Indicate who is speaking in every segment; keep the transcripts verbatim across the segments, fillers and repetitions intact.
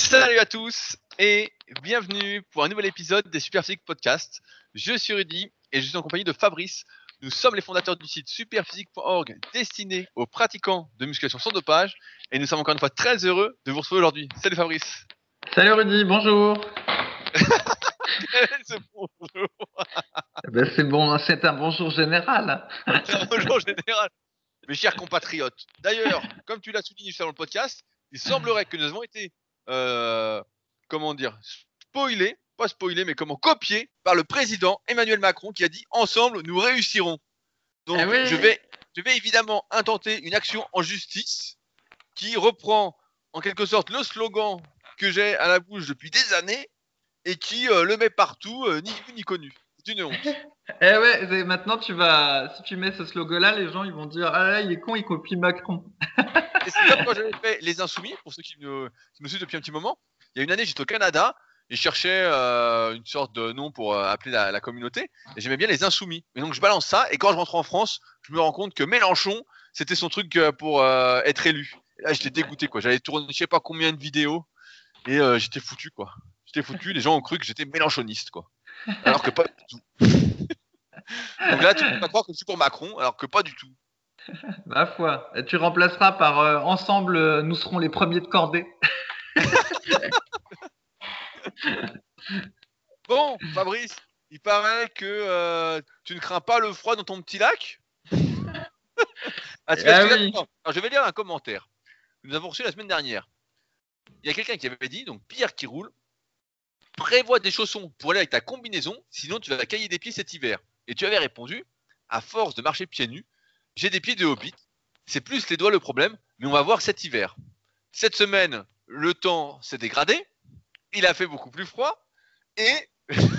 Speaker 1: Salut à tous et bienvenue pour un nouvel épisode des Super Physique Podcast. Je suis Rudy et je suis en compagnie de Fabrice. Nous sommes les fondateurs du site superphysique point org destiné aux pratiquants de musculation sans dopage et nous sommes encore une fois très heureux de vous retrouver aujourd'hui. Salut Fabrice.
Speaker 2: Salut Rudy, bonjour.
Speaker 1: C'est bonjour.
Speaker 2: Ben c'est bon, c'est un bonjour général.
Speaker 1: C'est un bonjour général. Mes chers compatriotes. D'ailleurs, comme tu l'as souligné sur le podcast, il semblerait que nous avons été, euh, comment dire, spoilés, pas spoilés, mais comment copiés par le président Emmanuel Macron qui a dit « Ensemble, nous réussirons ». Donc,
Speaker 2: Eh oui.
Speaker 1: je vais, je vais évidemment intenter une action en justice qui reprend en quelque sorte le slogan que j'ai à la bouche depuis des années et qui euh, le met partout, euh, ni vu ni connu. C'est une honte.
Speaker 2: Eh ouais, c'est- maintenant tu vas, si tu mets ce slogan-là, les gens ils vont dire ah là il est con, il copie Macron.
Speaker 1: Et c'est comme quand j'avais fait Les Insoumis, pour ceux qui me, qui me suivent depuis un petit moment. Il y a une année, j'étais au Canada et je cherchais euh, une sorte de nom pour euh, appeler la, la communauté. Et j'aimais bien Les Insoumis. Et donc je balance ça. Et quand je rentre en France, je me rends compte que Mélenchon, c'était son truc euh, pour euh, être élu. Et là, j'étais dégoûté, quoi. J'avais tourné je sais pas combien de vidéos et euh, j'étais foutu, quoi. J'étais foutu. Les gens ont cru que j'étais mélenchoniste, quoi. Alors que pas du tout. Donc là, tu peux pas croire que je suis pour Macron, alors que pas du tout.
Speaker 2: Ma foi, Et tu remplaceras par euh, ensemble, euh, nous serons les premiers de cordée.
Speaker 1: Bon, Fabrice, il paraît que euh, tu ne crains pas le froid dans ton petit lac. Ah, tu vas-
Speaker 2: Ah
Speaker 1: tu vas-
Speaker 2: oui.
Speaker 1: attends, alors, je vais lire un commentaire que nous avons reçu la semaine dernière. Il y a quelqu'un qui avait dit, donc Pierre qui roule, prévois des chaussons pour aller avec ta combinaison, sinon tu vas cailler des pieds cet hiver. Et tu avais répondu, à force de marcher pieds nus, j'ai des pieds de hobbit, c'est plus les doigts le problème, mais on va voir cet hiver. Cette semaine, le temps s'est dégradé, il a fait beaucoup plus froid, et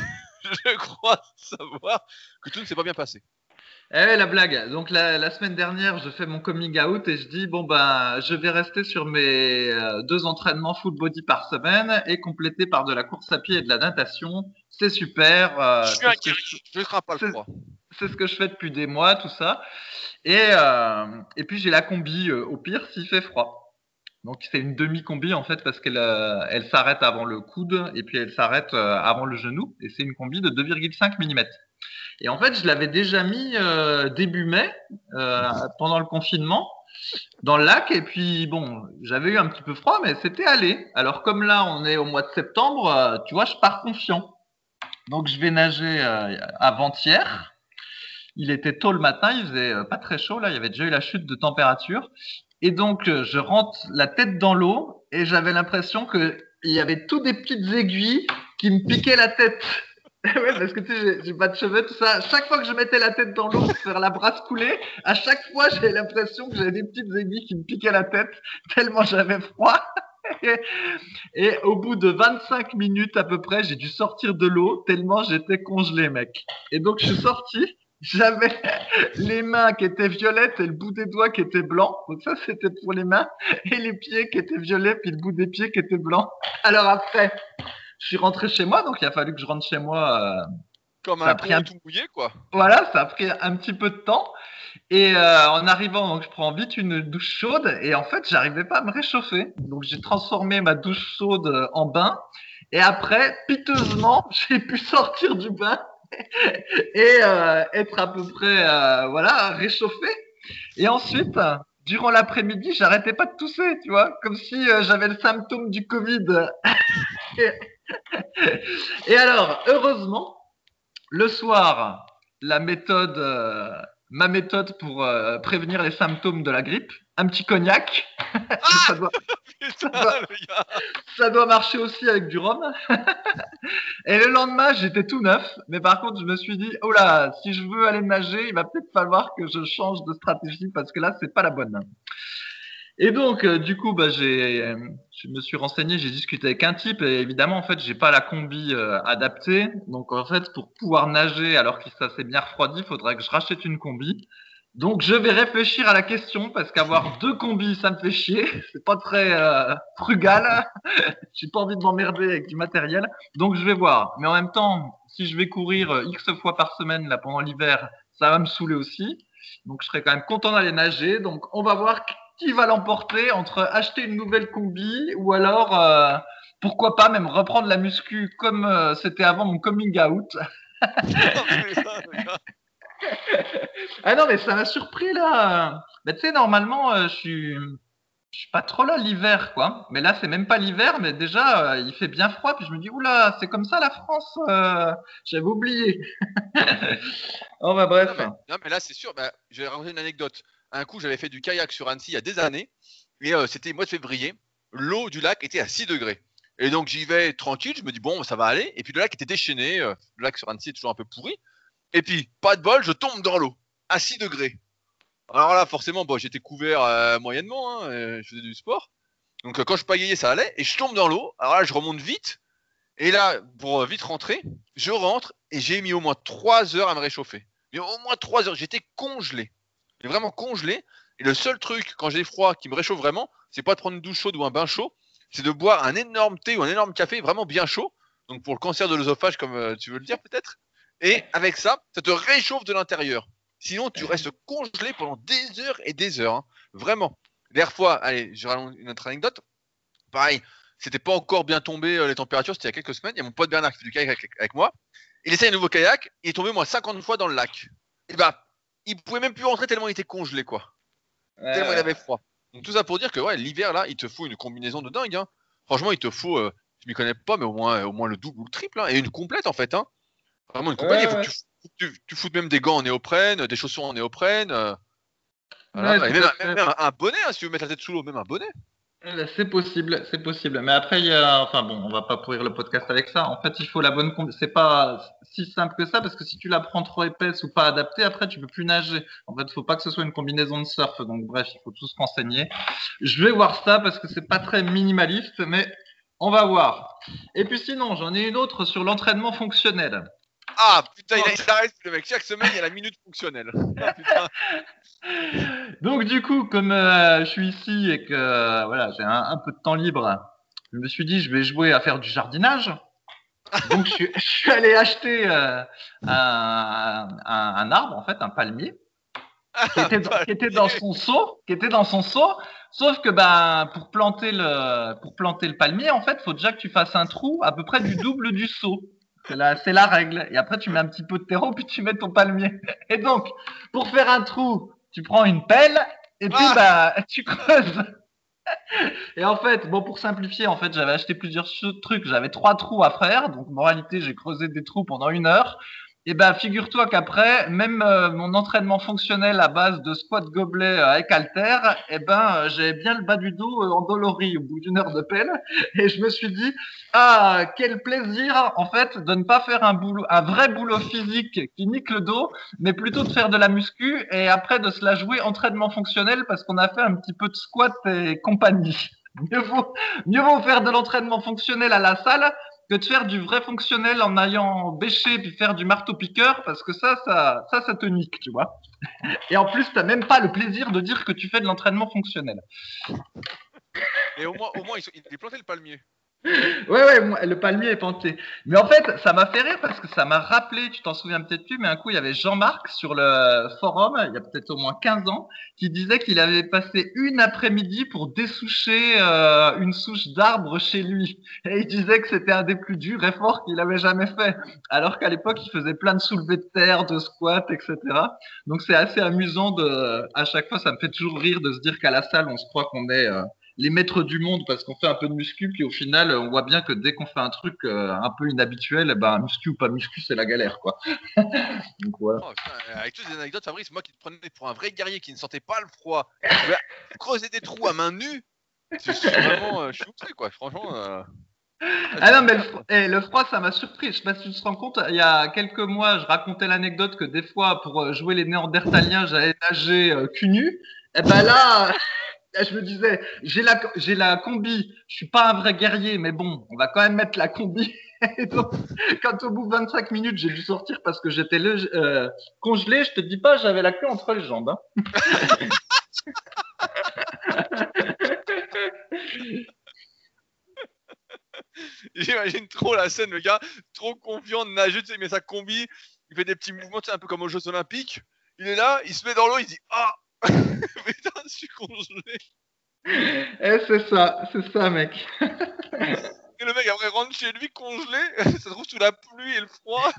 Speaker 1: je crois savoir que tout ne s'est pas bien passé.
Speaker 2: Eh ouais, la blague. Donc la, la semaine dernière, je fais mon coming out et je dis bon ben je vais rester sur mes euh, deux entraînements full body par semaine et compléter par de la course à pied et de la natation. C'est super. euh,
Speaker 1: Je suis
Speaker 2: c'est ce que
Speaker 1: inquiet,
Speaker 2: je-
Speaker 1: je ne crains pas le
Speaker 2: c'est-
Speaker 1: froid.
Speaker 2: c'est ce que je fais depuis des mois, tout ça. Et, euh, et puis j'ai la combi euh, au pire s'il fait froid. Donc c'est une demi-combi en fait parce qu'elle euh, elle s'arrête avant le coude et puis elle s'arrête euh, avant le genou. Et c'est une combi de deux virgule cinq millimètres. Et en fait je l'avais déjà mis euh, début mai euh, pendant le confinement dans le lac. Et puis bon j'avais eu un petit peu froid mais c'était allé. Alors comme là on est au mois de septembre, euh, tu vois je pars confiant. Donc je vais nager euh, avant-hier. Il était tôt le matin, il faisait euh, pas très chaud là, il y avait déjà eu la chute de température. Et donc euh, je rentre la tête dans l'eau et j'avais l'impression que il y avait tous des petites aiguilles qui me piquaient la tête. Ouais, parce que tu sais, j'ai- j'ai pas de cheveux, tout ça. Chaque fois que je mettais la tête dans l'eau pour faire la brasse couler, à chaque fois j'avais l'impression que j'avais des petites aiguilles qui me piquaient la tête tellement j'avais froid. Et, et au bout de vingt-cinq minutes à peu près, j'ai dû sortir de l'eau tellement j'étais congelé, mec. Et donc je suis sorti. J'avais les mains qui étaient violettes et le bout des doigts qui était blanc. Donc ça, c'était pour les mains. Et les pieds qui étaient violets puis le bout des pieds qui était blanc. Alors après, je suis rentré chez moi. Donc il a fallu que je rentre chez moi. euh,
Speaker 1: Comme
Speaker 2: ça
Speaker 1: un
Speaker 2: a pris
Speaker 1: con
Speaker 2: un,
Speaker 1: tout mouillé, quoi.
Speaker 2: voilà, ça a pris un petit peu de temps. Et euh, en arrivant, donc je prends vite une douche chaude. Et en fait, j'arrivais pas à me réchauffer. Donc j'ai transformé ma douche chaude en bain. Et après, piteusement, j'ai pu sortir du bain et euh, être à peu près euh, voilà réchauffé. Et ensuite, durant l'après-midi, j'arrêtais pas de tousser, tu vois, comme si euh, j'avais le symptôme du Covid. Et, et alors, heureusement, le soir, la méthode, euh, ma méthode pour euh, prévenir les symptômes de la grippe, un petit cognac. ça, doit, ça,
Speaker 1: Putain,
Speaker 2: doit,
Speaker 1: le gars.
Speaker 2: ça doit marcher aussi avec du rhum. Et le lendemain, j'étais tout neuf. Mais par contre, je me suis dit, oh là, si je veux aller nager, il va peut-être falloir que je change de stratégie parce que là, c'est pas la bonne. Et donc, euh, du coup, bah, j'ai, euh, je me suis renseigné, j'ai discuté avec un type et évidemment, en fait, j'ai pas la combi euh, adaptée. Donc, en fait, pour pouvoir nager alors que ça s'est bien refroidi, il faudrait que je rachète une combi. Donc, je vais réfléchir à la question parce qu'avoir deux combis, ça me fait chier. C'est pas très euh, frugal. J'ai pas envie de m'emmerder avec du matériel. Donc, je vais voir. Mais en même temps, si je vais courir euh, X fois par semaine là pendant l'hiver, ça va me saouler aussi. Donc, je serais quand même content d'aller nager. Donc, on va voir qui va l'emporter entre acheter une nouvelle combi ou alors euh, pourquoi pas même reprendre la muscu comme euh, c'était avant mon coming out. Ah non, mais ça m'a surpris là. Mais tu sais, normalement, euh, je suis, je suis pas trop là l'hiver, quoi. Mais là, c'est même pas l'hiver, mais déjà, euh, il fait bien froid. Puis je me dis, oula, c'est comme ça la France. euh, J'avais oublié. Oh bah bref.
Speaker 1: Non mais, non, mais là, c'est sûr. Bah, je vais raconter une anecdote. Un coup, j'avais fait du kayak sur Annecy il y a des années. Et euh, c'était mois de février. L'eau du lac était à six degrés. Et donc, j'y vais tranquille. Je me dis, bon, ça va aller. Et puis, le lac était déchaîné. euh, le lac sur Annecy est toujours un peu pourri. Et puis, pas de bol, je tombe dans l'eau. À six degrés. Alors là, forcément, bon, j'étais couvert euh, moyennement. Hein, euh, je faisais du sport. Donc, euh, quand je pagayais, ça allait. Et je tombe dans l'eau. Alors là, je remonte vite. Et là, pour euh, vite rentrer, je rentre. Et j'ai mis au moins trois heures à me réchauffer. Mais au moins trois heures. J'étais congelé. J'étais vraiment congelé. Et le seul truc, quand j'ai froid, qui me réchauffe vraiment, c'est pas de prendre une douche chaude ou un bain chaud. C'est de boire un énorme thé ou un énorme café vraiment bien chaud. Donc, pour le cancer de l'œsophage, comme euh, tu veux le dire, peut-être. Et avec ça, ça te réchauffe de l'intérieur. Sinon, tu restes congelé pendant des heures et des heures. Hein. Vraiment. Dernière fois, allez, je raconte une autre anecdote. Pareil, c'était pas encore bien tombé euh, les températures, c'était il y a quelques semaines. Il y a mon pote Bernard qui fait du kayak avec, avec moi. Il essaye un nouveau kayak, il est tombé moi cinquante fois dans le lac. Et bah, il pouvait même plus rentrer tellement il était congelé, quoi. Tellement il
Speaker 2: Ouais,
Speaker 1: avait froid. Donc tout ça pour dire que ouais, l'hiver là, il te faut une combinaison de dingue. Hein. Franchement, il te faut, euh, je m'y connais pas, mais au moins, au moins le double ou le triple. Hein, et une complète en fait. Hein. Vraiment une compagnie. Il
Speaker 2: ouais,
Speaker 1: faut que
Speaker 2: ouais.
Speaker 1: tu, tu, tu foutes même des gants en néoprène, des chaussons en néoprène. Euh,
Speaker 2: Ouais,
Speaker 1: voilà. Et
Speaker 2: tout
Speaker 1: même,
Speaker 2: à
Speaker 1: même,
Speaker 2: fait.
Speaker 1: même un bonnet, hein, si tu veux mettre la tête sous l'eau, même un bonnet.
Speaker 2: Euh, C'est possible, c'est possible. Mais après, il y a, enfin bon, on va pas pourrir le podcast avec ça. En fait, il faut la bonne combi. C'est pas si simple que ça parce que si tu la prends trop épaisse ou pas adaptée, après tu peux plus nager. En fait, il faut pas que ce soit une combinaison de surf. Donc bref, il faut tous se renseigner. Je vais voir ça parce que c'est pas très minimaliste, mais on va voir. Et puis sinon, j'en ai une autre sur l'entraînement fonctionnel.
Speaker 1: Ah putain, il, a, il arrête le mec. Chaque semaine, il y a la minute fonctionnelle. Ah putain.
Speaker 2: Donc du coup, comme euh, je suis ici et que euh, voilà, j'ai un, un peu de temps libre, je me suis dit je vais jouer à faire du jardinage. Donc je suis, je suis allé acheter euh, un, un, un arbre en fait, un palmier qui
Speaker 1: Ah,
Speaker 2: était dans, qui était dans
Speaker 1: palmier.
Speaker 2: son seau, qui était dans son seau. Sauf que ben pour planter le pour planter le palmier en fait, faut déjà que tu fasses un trou à peu près du double du seau. C'est la, c'est la règle. Et après, tu mets un petit peu de terreau, puis tu mets ton palmier. Et donc, pour faire un trou, tu prends une pelle, et puis,
Speaker 1: Ah,
Speaker 2: bah, tu creuses. Et en fait, bon, pour simplifier, en fait, j'avais acheté plusieurs trucs. J'avais trois trous à faire. Donc, moralité, j'ai creusé des trous pendant une heure. Et ben, figure-toi qu'après, même euh, mon entraînement fonctionnel à base de squat gobelet euh, avec halter, eh ben, euh, j'avais bien le bas du dos euh, endolori au bout d'une heure de pelle. Et je me suis dit, ah, quel plaisir, en fait, de ne pas faire un boulot, un vrai boulot physique qui nique le dos, mais plutôt de faire de la muscu et après de se la jouer entraînement fonctionnel parce qu'on a fait un petit peu de squat et compagnie. Mieux vaut, mieux vaut faire de l'entraînement fonctionnel à la salle que de faire du vrai fonctionnel en allant bêcher puis faire du marteau-piqueur parce que ça, ça, ça, ça te nique, tu vois. Et en plus, t'as même pas le plaisir de dire que tu fais de l'entraînement fonctionnel.
Speaker 1: et au moins, au moins, il, il est planté le palmier.
Speaker 2: Ouais, ouais, moi, le palmier est planté. Mais en fait, ça m'a fait rire parce que ça m'a rappelé, tu t'en souviens peut-être plus, mais un coup, il y avait Jean-Marc sur le forum, il y a peut-être au moins quinze ans, qui disait qu'il avait passé une après-midi pour dessoucher euh, une souche d'arbre chez lui. Et il disait que c'était un des plus durs efforts qu'il avait jamais fait. Alors qu'à l'époque, il faisait plein de soulevés de terre, de squats, et cetera. Donc c'est assez amusant de, à chaque fois, ça me fait toujours rire de se dire qu'à la salle, on se croit qu'on est euh, les maîtres du monde parce qu'on fait un peu de muscu, puis au final, on voit bien que dès qu'on fait un truc euh, un peu inhabituel, ben, muscu ou pas muscu, c'est la galère, quoi. Donc voilà.
Speaker 1: Oh, putain, avec toutes ces anecdotes, Fabrice, moi qui te prenais pour un vrai guerrier qui ne sentait pas le froid, qui pouvait creuser des trous à main nue, je suis vraiment, euh, je suis outré, quoi. Franchement, euh... ah,
Speaker 2: Ah
Speaker 1: c'est
Speaker 2: non, mais le,
Speaker 1: super.
Speaker 2: fro-
Speaker 1: Ça.
Speaker 2: eh, le froid, ça m'a surpris. Je sais pas si tu te rends compte, il y a quelques mois, je racontais l'anecdote que des fois, pour euh, jouer les Néandertaliens, j'allais nager euh, cul nu. Et ben là, je me disais, j'ai la, j'ai la combi, je suis pas un vrai guerrier, mais bon, on va quand même mettre la combi. Et donc, quand au bout de vingt-cinq minutes, j'ai dû sortir parce que j'étais le- euh, congelé, je te dis pas, j'avais la queue entre les jambes. Hein.
Speaker 1: J'imagine trop la scène, le gars, trop confiant de nager, tu sais, il met sa combi, il fait des petits mouvements, tu sais, un peu comme aux Jeux Olympiques. Il est là, il se met dans l'eau, il dit ah, putain, je suis congelé.
Speaker 2: Eh, c'est ça, c'est ça, mec.
Speaker 1: Et le mec après rentre chez lui congelé, ça se trouve sous la pluie et le froid.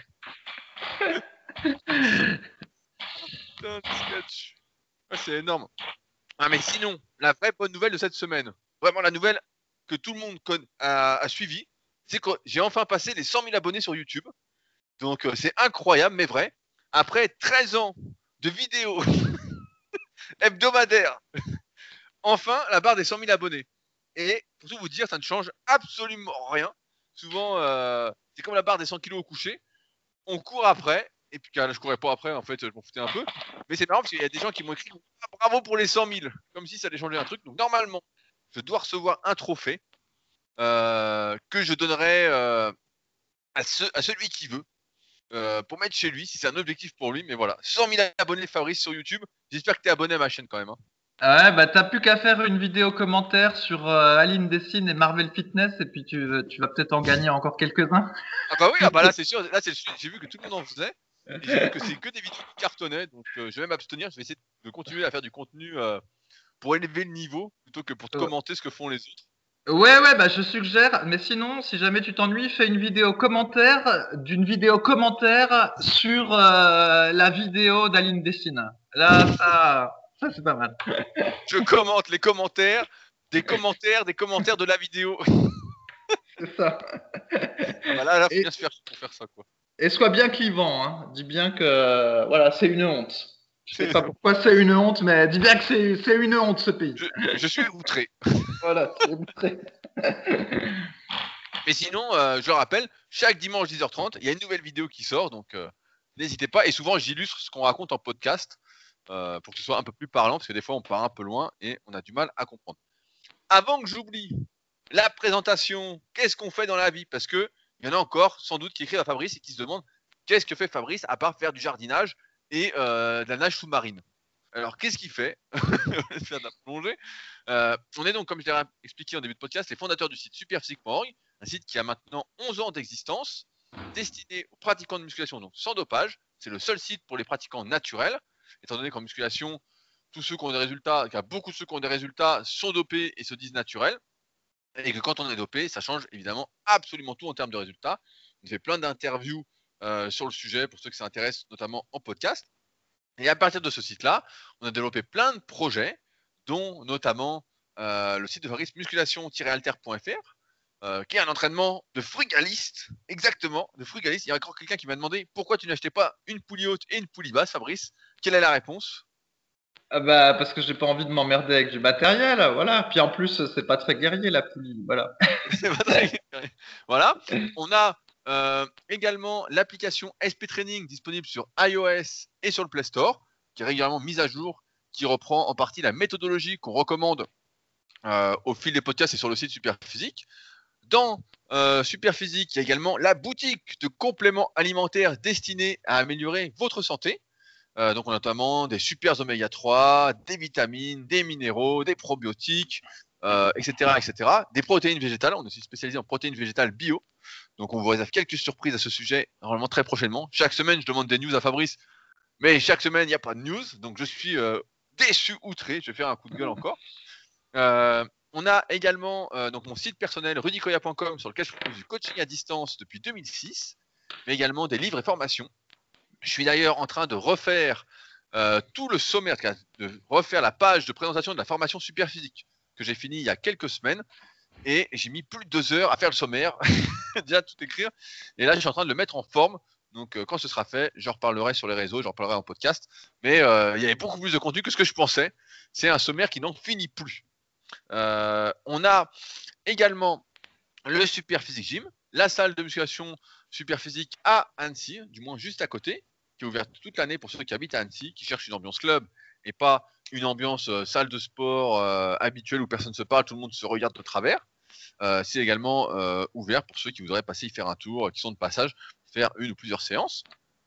Speaker 1: Putain, de sketch. Ouais, c'est énorme. Ah mais sinon, la vraie bonne nouvelle de cette semaine, vraiment la nouvelle que tout le monde con- a, a suivi, c'est que j'ai enfin passé les cent mille abonnés sur YouTube. Donc euh, c'est incroyable mais vrai. Après treize ans de vidéos hebdomadaires, enfin la barre des cent mille abonnés. Et pour tout vous dire, ça ne change absolument rien. Souvent, euh, c'est comme la barre des cent kilos au coucher. On court après. Et puis là, je courais pas après, en fait, je m'en foutais un peu. Mais c'est marrant parce qu'il y a des gens qui m'ont écrit ah, bravo pour les cent mille. Comme si ça allait changer un truc. Donc normalement, je dois recevoir un trophée euh, que je donnerai euh, à, ce, à celui qui veut. Euh, pour mettre chez lui, si c'est un objectif pour lui. Mais voilà, cent mille abonnés Fabrice sur YouTube. J'espère que tu es abonné à ma chaîne quand même. Hein.
Speaker 2: Ouais, bah t'as plus qu'à faire une vidéo commentaire sur euh, Aline Dessine et Marvel Fitness et puis tu, tu vas peut-être en gagner encore quelques-uns.
Speaker 1: Ah bah oui, ah bah là c'est sûr. Là c'est j'ai vu que tout le monde en faisait. Et j'ai vu que c'est que des vidéos qui cartonnaient. Donc euh, je vais même m'abstenir. Je vais essayer de continuer à faire du contenu euh, pour élever le niveau plutôt que pour te commenter ce que font les autres.
Speaker 2: Ouais, ouais, bah je suggère. Mais sinon, si jamais tu t'ennuies, fais une vidéo commentaire d'une vidéo commentaire sur euh, la vidéo d'Aline Dessine. Là, ça, ça c'est pas mal.
Speaker 1: Je commente les commentaires, des commentaires, des commentaires de la vidéo.
Speaker 2: C'est ça.
Speaker 1: Ah bah là, là, faut
Speaker 2: Et,
Speaker 1: bien se faire pour faire ça, quoi.
Speaker 2: et sois bien clivant, hein. Dis bien que voilà, c'est une honte. Je sais pas pourquoi c'est une honte, mais dis bien que c'est, c'est une honte ce pays.
Speaker 1: Je, je suis outré.
Speaker 2: Voilà, c'est outré.
Speaker 1: Mais sinon, euh, je le rappelle, chaque dimanche dix heures trente, il y a une nouvelle vidéo qui sort, donc euh, n'hésitez pas. Et souvent, j'illustre ce qu'on raconte en podcast euh, pour que ce soit un peu plus parlant, parce que des fois, on part un peu loin et on a du mal à comprendre. Avant que j'oublie la présentation, qu'est-ce qu'on fait dans la vie? Parce que il y en a encore, sans doute, qui écrivent à Fabrice et qui se demandent qu'est-ce que fait Fabrice à part faire du jardinage et euh, de la nage sous-marine. Alors, qu'est-ce qu'il fait? Faire de la plongée. Euh, on est donc, comme je l'ai expliqué en début de podcast, les fondateurs du site superphysique point org, un site qui a maintenant onze ans d'existence, destiné aux pratiquants de musculation, donc sans dopage. C'est le seul site pour les pratiquants naturels, étant donné qu'en musculation, tous ceux qui ont des résultats, car beaucoup de ceux qui ont des résultats sont dopés et se disent naturels. Et que quand on est dopé, ça change évidemment absolument tout en termes de résultats. On fait plein d'interviews euh, sur le sujet pour ceux qui s'intéressent, notamment en podcast. Et à partir de ce site-là, on a développé plein de projets, dont notamment euh, le site de Fabrice musculation tiret alter point f r, euh, qui est un entraînement de frugaliste, exactement, de frugaliste. Il y a encore quelqu'un qui m'a demandé pourquoi tu n'achetais pas une poulie haute et une poulie basse, Fabrice. Quelle est la réponse?
Speaker 2: Ah bah parce que j'ai pas envie de m'emmerder avec du matériel, voilà. Puis en plus, c'est pas très guerrier la poulie, voilà.
Speaker 1: C'est pas très... Voilà. On a euh, également l'application S P Training disponible sur iOS et sur le Play Store, qui est régulièrement mise à jour, qui reprend en partie la méthodologie qu'on recommande euh, au fil des podcasts et sur le site Superphysique. Dans euh, Superphysique, il y a également la boutique de compléments alimentaires destinés à améliorer votre santé. Euh, donc on a notamment des super oméga trois, des vitamines, des minéraux, des probiotiques, euh, et cetera, et cetera. Des protéines végétales. On est aussi spécialisé en protéines végétales bio. Donc on vous réserve quelques surprises à ce sujet, normalement très prochainement. Chaque semaine, je demande des news à Fabrice, mais chaque semaine, il n'y a pas de news. Donc je suis euh, déçu, outré. Je vais faire un coup de gueule encore. Euh, on a également euh, donc mon site personnel rudy koya point com sur lequel je propose du coaching à distance depuis deux mille six, mais également des livres et formations. Je suis d'ailleurs en train de refaire euh, tout le sommaire, de refaire la page de présentation de la formation Superphysique que j'ai fini il y a quelques semaines. Et j'ai mis plus de deux heures à faire le sommaire, déjà tout écrire. Et là, je suis en train de le mettre en forme. Donc, euh, quand ce sera fait, j'en reparlerai sur les réseaux, j'en reparlerai en podcast. Mais euh, il y avait beaucoup plus de contenu que ce que je pensais. C'est un sommaire qui n'en finit plus. Euh, on a également le Superphysique Gym, la salle de musculation Superphysique à Annecy, du moins juste à côté, qui est ouverte toute l'année pour ceux qui habitent à Annecy, qui cherchent une ambiance club et pas une ambiance euh, salle de sport euh, habituelle où personne ne se parle, tout le monde se regarde de travers. Euh, c'est également euh, ouvert pour ceux qui voudraient passer y faire un tour, qui sont de passage, faire une ou plusieurs séances.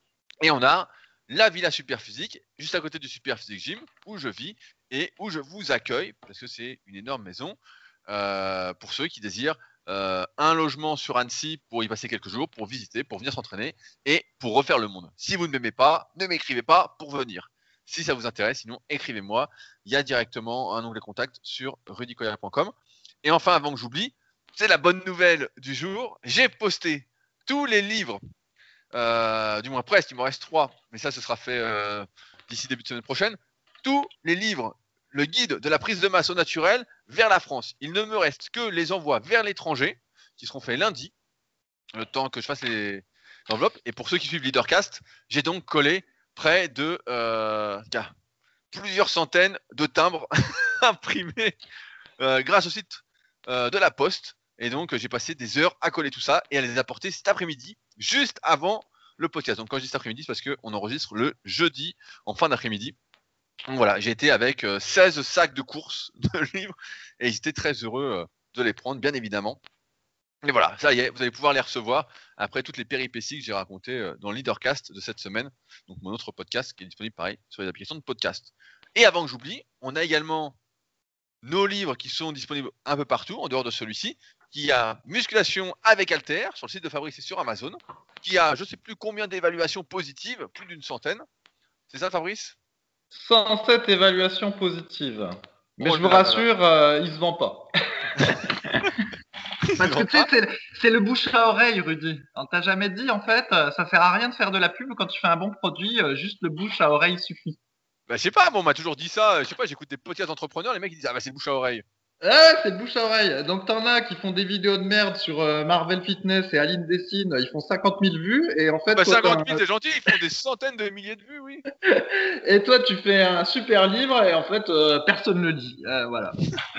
Speaker 1: Et on a la Villa Superphysique, juste à côté du Superphysique Gym, où je vis et où je vous accueille, parce que c'est une énorme maison, euh, pour ceux qui désirent euh, un logement sur Annecy pour y passer quelques jours, pour visiter, pour venir s'entraîner et pour refaire le monde. Si vous ne m'aimez pas, ne m'écrivez pas pour venir. Si ça vous intéresse, sinon écrivez-moi. Il y a directement un onglet contact sur rudy koya point com. Et enfin, avant que j'oublie, c'est la bonne nouvelle du jour. J'ai posté tous les livres, euh, du moins presque, il m'en reste trois, mais ça, ce sera fait euh, d'ici début de semaine prochaine. Tous les livres, le guide de la prise de masse au naturel vers la France. Il ne me reste que les envois vers l'étranger, qui seront faits lundi, le temps que je fasse les enveloppes. Et pour ceux qui suivent Leadercast, j'ai donc collé près de euh, plusieurs centaines de timbres imprimés euh, grâce au site euh, de la Poste. Et donc, j'ai passé des heures à coller tout ça et à les apporter cet après-midi, juste avant le podcast. Donc, quand je dis cet après-midi, c'est parce qu'on enregistre le jeudi en fin d'après-midi. Donc voilà, j'ai été avec euh, seize sacs de courses de livres et j'étais très heureux euh, de les prendre, bien évidemment. Et voilà, ça y est, vous allez pouvoir les recevoir après toutes les péripéties que j'ai racontées euh, dans le Leadercast de cette semaine, donc mon autre podcast qui est disponible pareil sur les applications de podcast. Et avant que j'oublie, on a également nos livres qui sont disponibles un peu partout, en dehors de celui-ci, qui a Musculation avec Alter sur le site de Fabrice et sur Amazon, qui a je ne sais plus combien d'évaluations positives, plus d'une centaine. C'est ça, Fabrice ?
Speaker 2: cent sept évaluations positives. Mais
Speaker 1: Oh
Speaker 2: je vous
Speaker 1: là là
Speaker 2: rassure, euh, il se vend pas. Parce que tu sais, c'est, c'est le bouche à oreille, Rudy. On t'a jamais dit, en fait, euh, ça sert à rien de faire de la pub quand tu fais un bon produit, euh, juste le bouche à oreille suffit.
Speaker 1: Bah, je sais pas, bon, on m'a toujours dit ça. Je sais pas, j'écoute des podcasts d'entrepreneurs, les mecs ils disent ah bah c'est le bouche à oreille.
Speaker 2: Ah, c'est le bouche à oreille. Donc t'en as qui font des vidéos de merde sur euh, Marvel Fitness et Aline Dessine, ils font cinquante mille vues et en fait
Speaker 1: Bah
Speaker 2: toi,
Speaker 1: cinquante
Speaker 2: t'as
Speaker 1: mille, c'est gentil, ils font des centaines de milliers de vues, oui.
Speaker 2: un- et toi tu fais un super livre et en fait euh, personne ne le dit. Euh, voilà.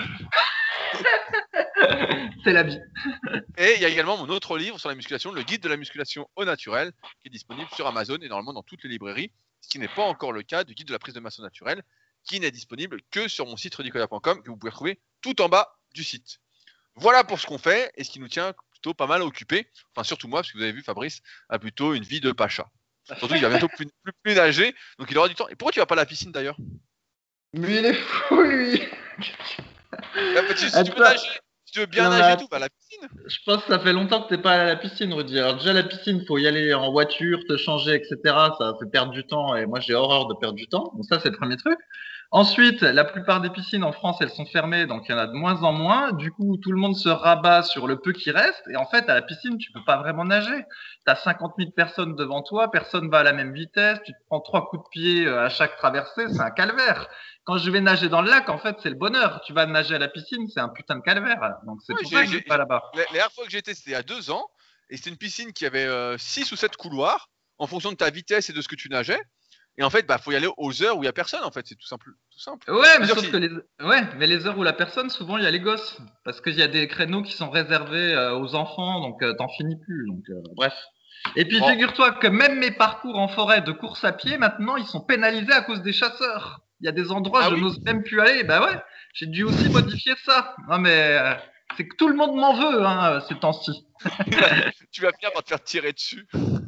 Speaker 2: C'est la vie.
Speaker 1: Et il y a également mon autre livre sur la musculation, le guide de la musculation au naturel, qui est disponible sur Amazon et normalement dans toutes les librairies, ce qui n'est pas encore le cas du guide de la prise de masse au naturel, qui n'est disponible que sur mon site rudicoya point com, que vous pouvez retrouver tout en bas du site. Voilà pour ce qu'on fait et ce qui nous tient plutôt pas mal occupés. Enfin, surtout moi, parce que vous avez vu, Fabrice a plutôt une vie de pacha. Surtout qu'il va bientôt plus, plus, plus nager, donc il aura du temps. Et pourquoi tu vas pas à la piscine d'ailleurs ?
Speaker 2: Mais il est fou lui.
Speaker 1: Bah, si, si tu veux
Speaker 2: Attends.
Speaker 1: nager, si tu veux bien
Speaker 2: Non,
Speaker 1: nager et
Speaker 2: mais
Speaker 1: tout, va à la piscine.
Speaker 2: Je pense que ça fait longtemps que t'es pas allé à la piscine, Rudy. Alors déjà la piscine, faut y aller en voiture, te changer, et cetera. Ça fait perdre du temps et moi j'ai horreur de perdre du temps. Donc ça c'est le premier truc. Ensuite, la plupart des piscines en France, elles sont fermées, donc il y en a de moins en moins. Du coup, tout le monde se rabat sur le peu qui reste. Et en fait, à la piscine, tu peux pas vraiment nager. T'as cinquante mille personnes devant toi, personne va à la même vitesse, tu te prends trois coups de pied à chaque traversée, c'est un calvaire. Quand je vais nager dans le lac, en fait, c'est le bonheur. Tu vas nager à la piscine, c'est un putain de calvaire. Donc c'est
Speaker 1: Ouais,
Speaker 2: pour
Speaker 1: j'ai-
Speaker 2: ça que je
Speaker 1: j'ai-
Speaker 2: vais pas là-bas.
Speaker 1: La, la dernière fois que j'étais, c'était il y a deux ans, et c'était une piscine qui avait euh, six ou sept couloirs, en fonction de ta vitesse et de ce que tu nageais. Et en fait, bah, faut y aller aux heures où il y a personne. En fait, c'est tout simple, tout simple.
Speaker 2: Ouais, mais
Speaker 1: C'est-à-dire
Speaker 2: sauf
Speaker 1: si-
Speaker 2: que les, ouais, mais les heures où la personne, souvent il y a les gosses, parce qu'il y a des créneaux qui sont réservés euh, aux enfants, donc euh, t'en finis plus. Donc euh, bref. Et puis
Speaker 1: Bon.
Speaker 2: figure-toi que même mes parcours en forêt de course à pied, maintenant, ils sont pénalisés à cause des chasseurs. Il y a des endroits,
Speaker 1: Ah
Speaker 2: je
Speaker 1: oui.
Speaker 2: n'ose même plus aller. Bah ouais, j'ai dû aussi modifier ça. Non mais euh, c'est que tout le monde m'en veut, hein, ces temps-ci.
Speaker 1: Tu vas finir par te faire tirer dessus.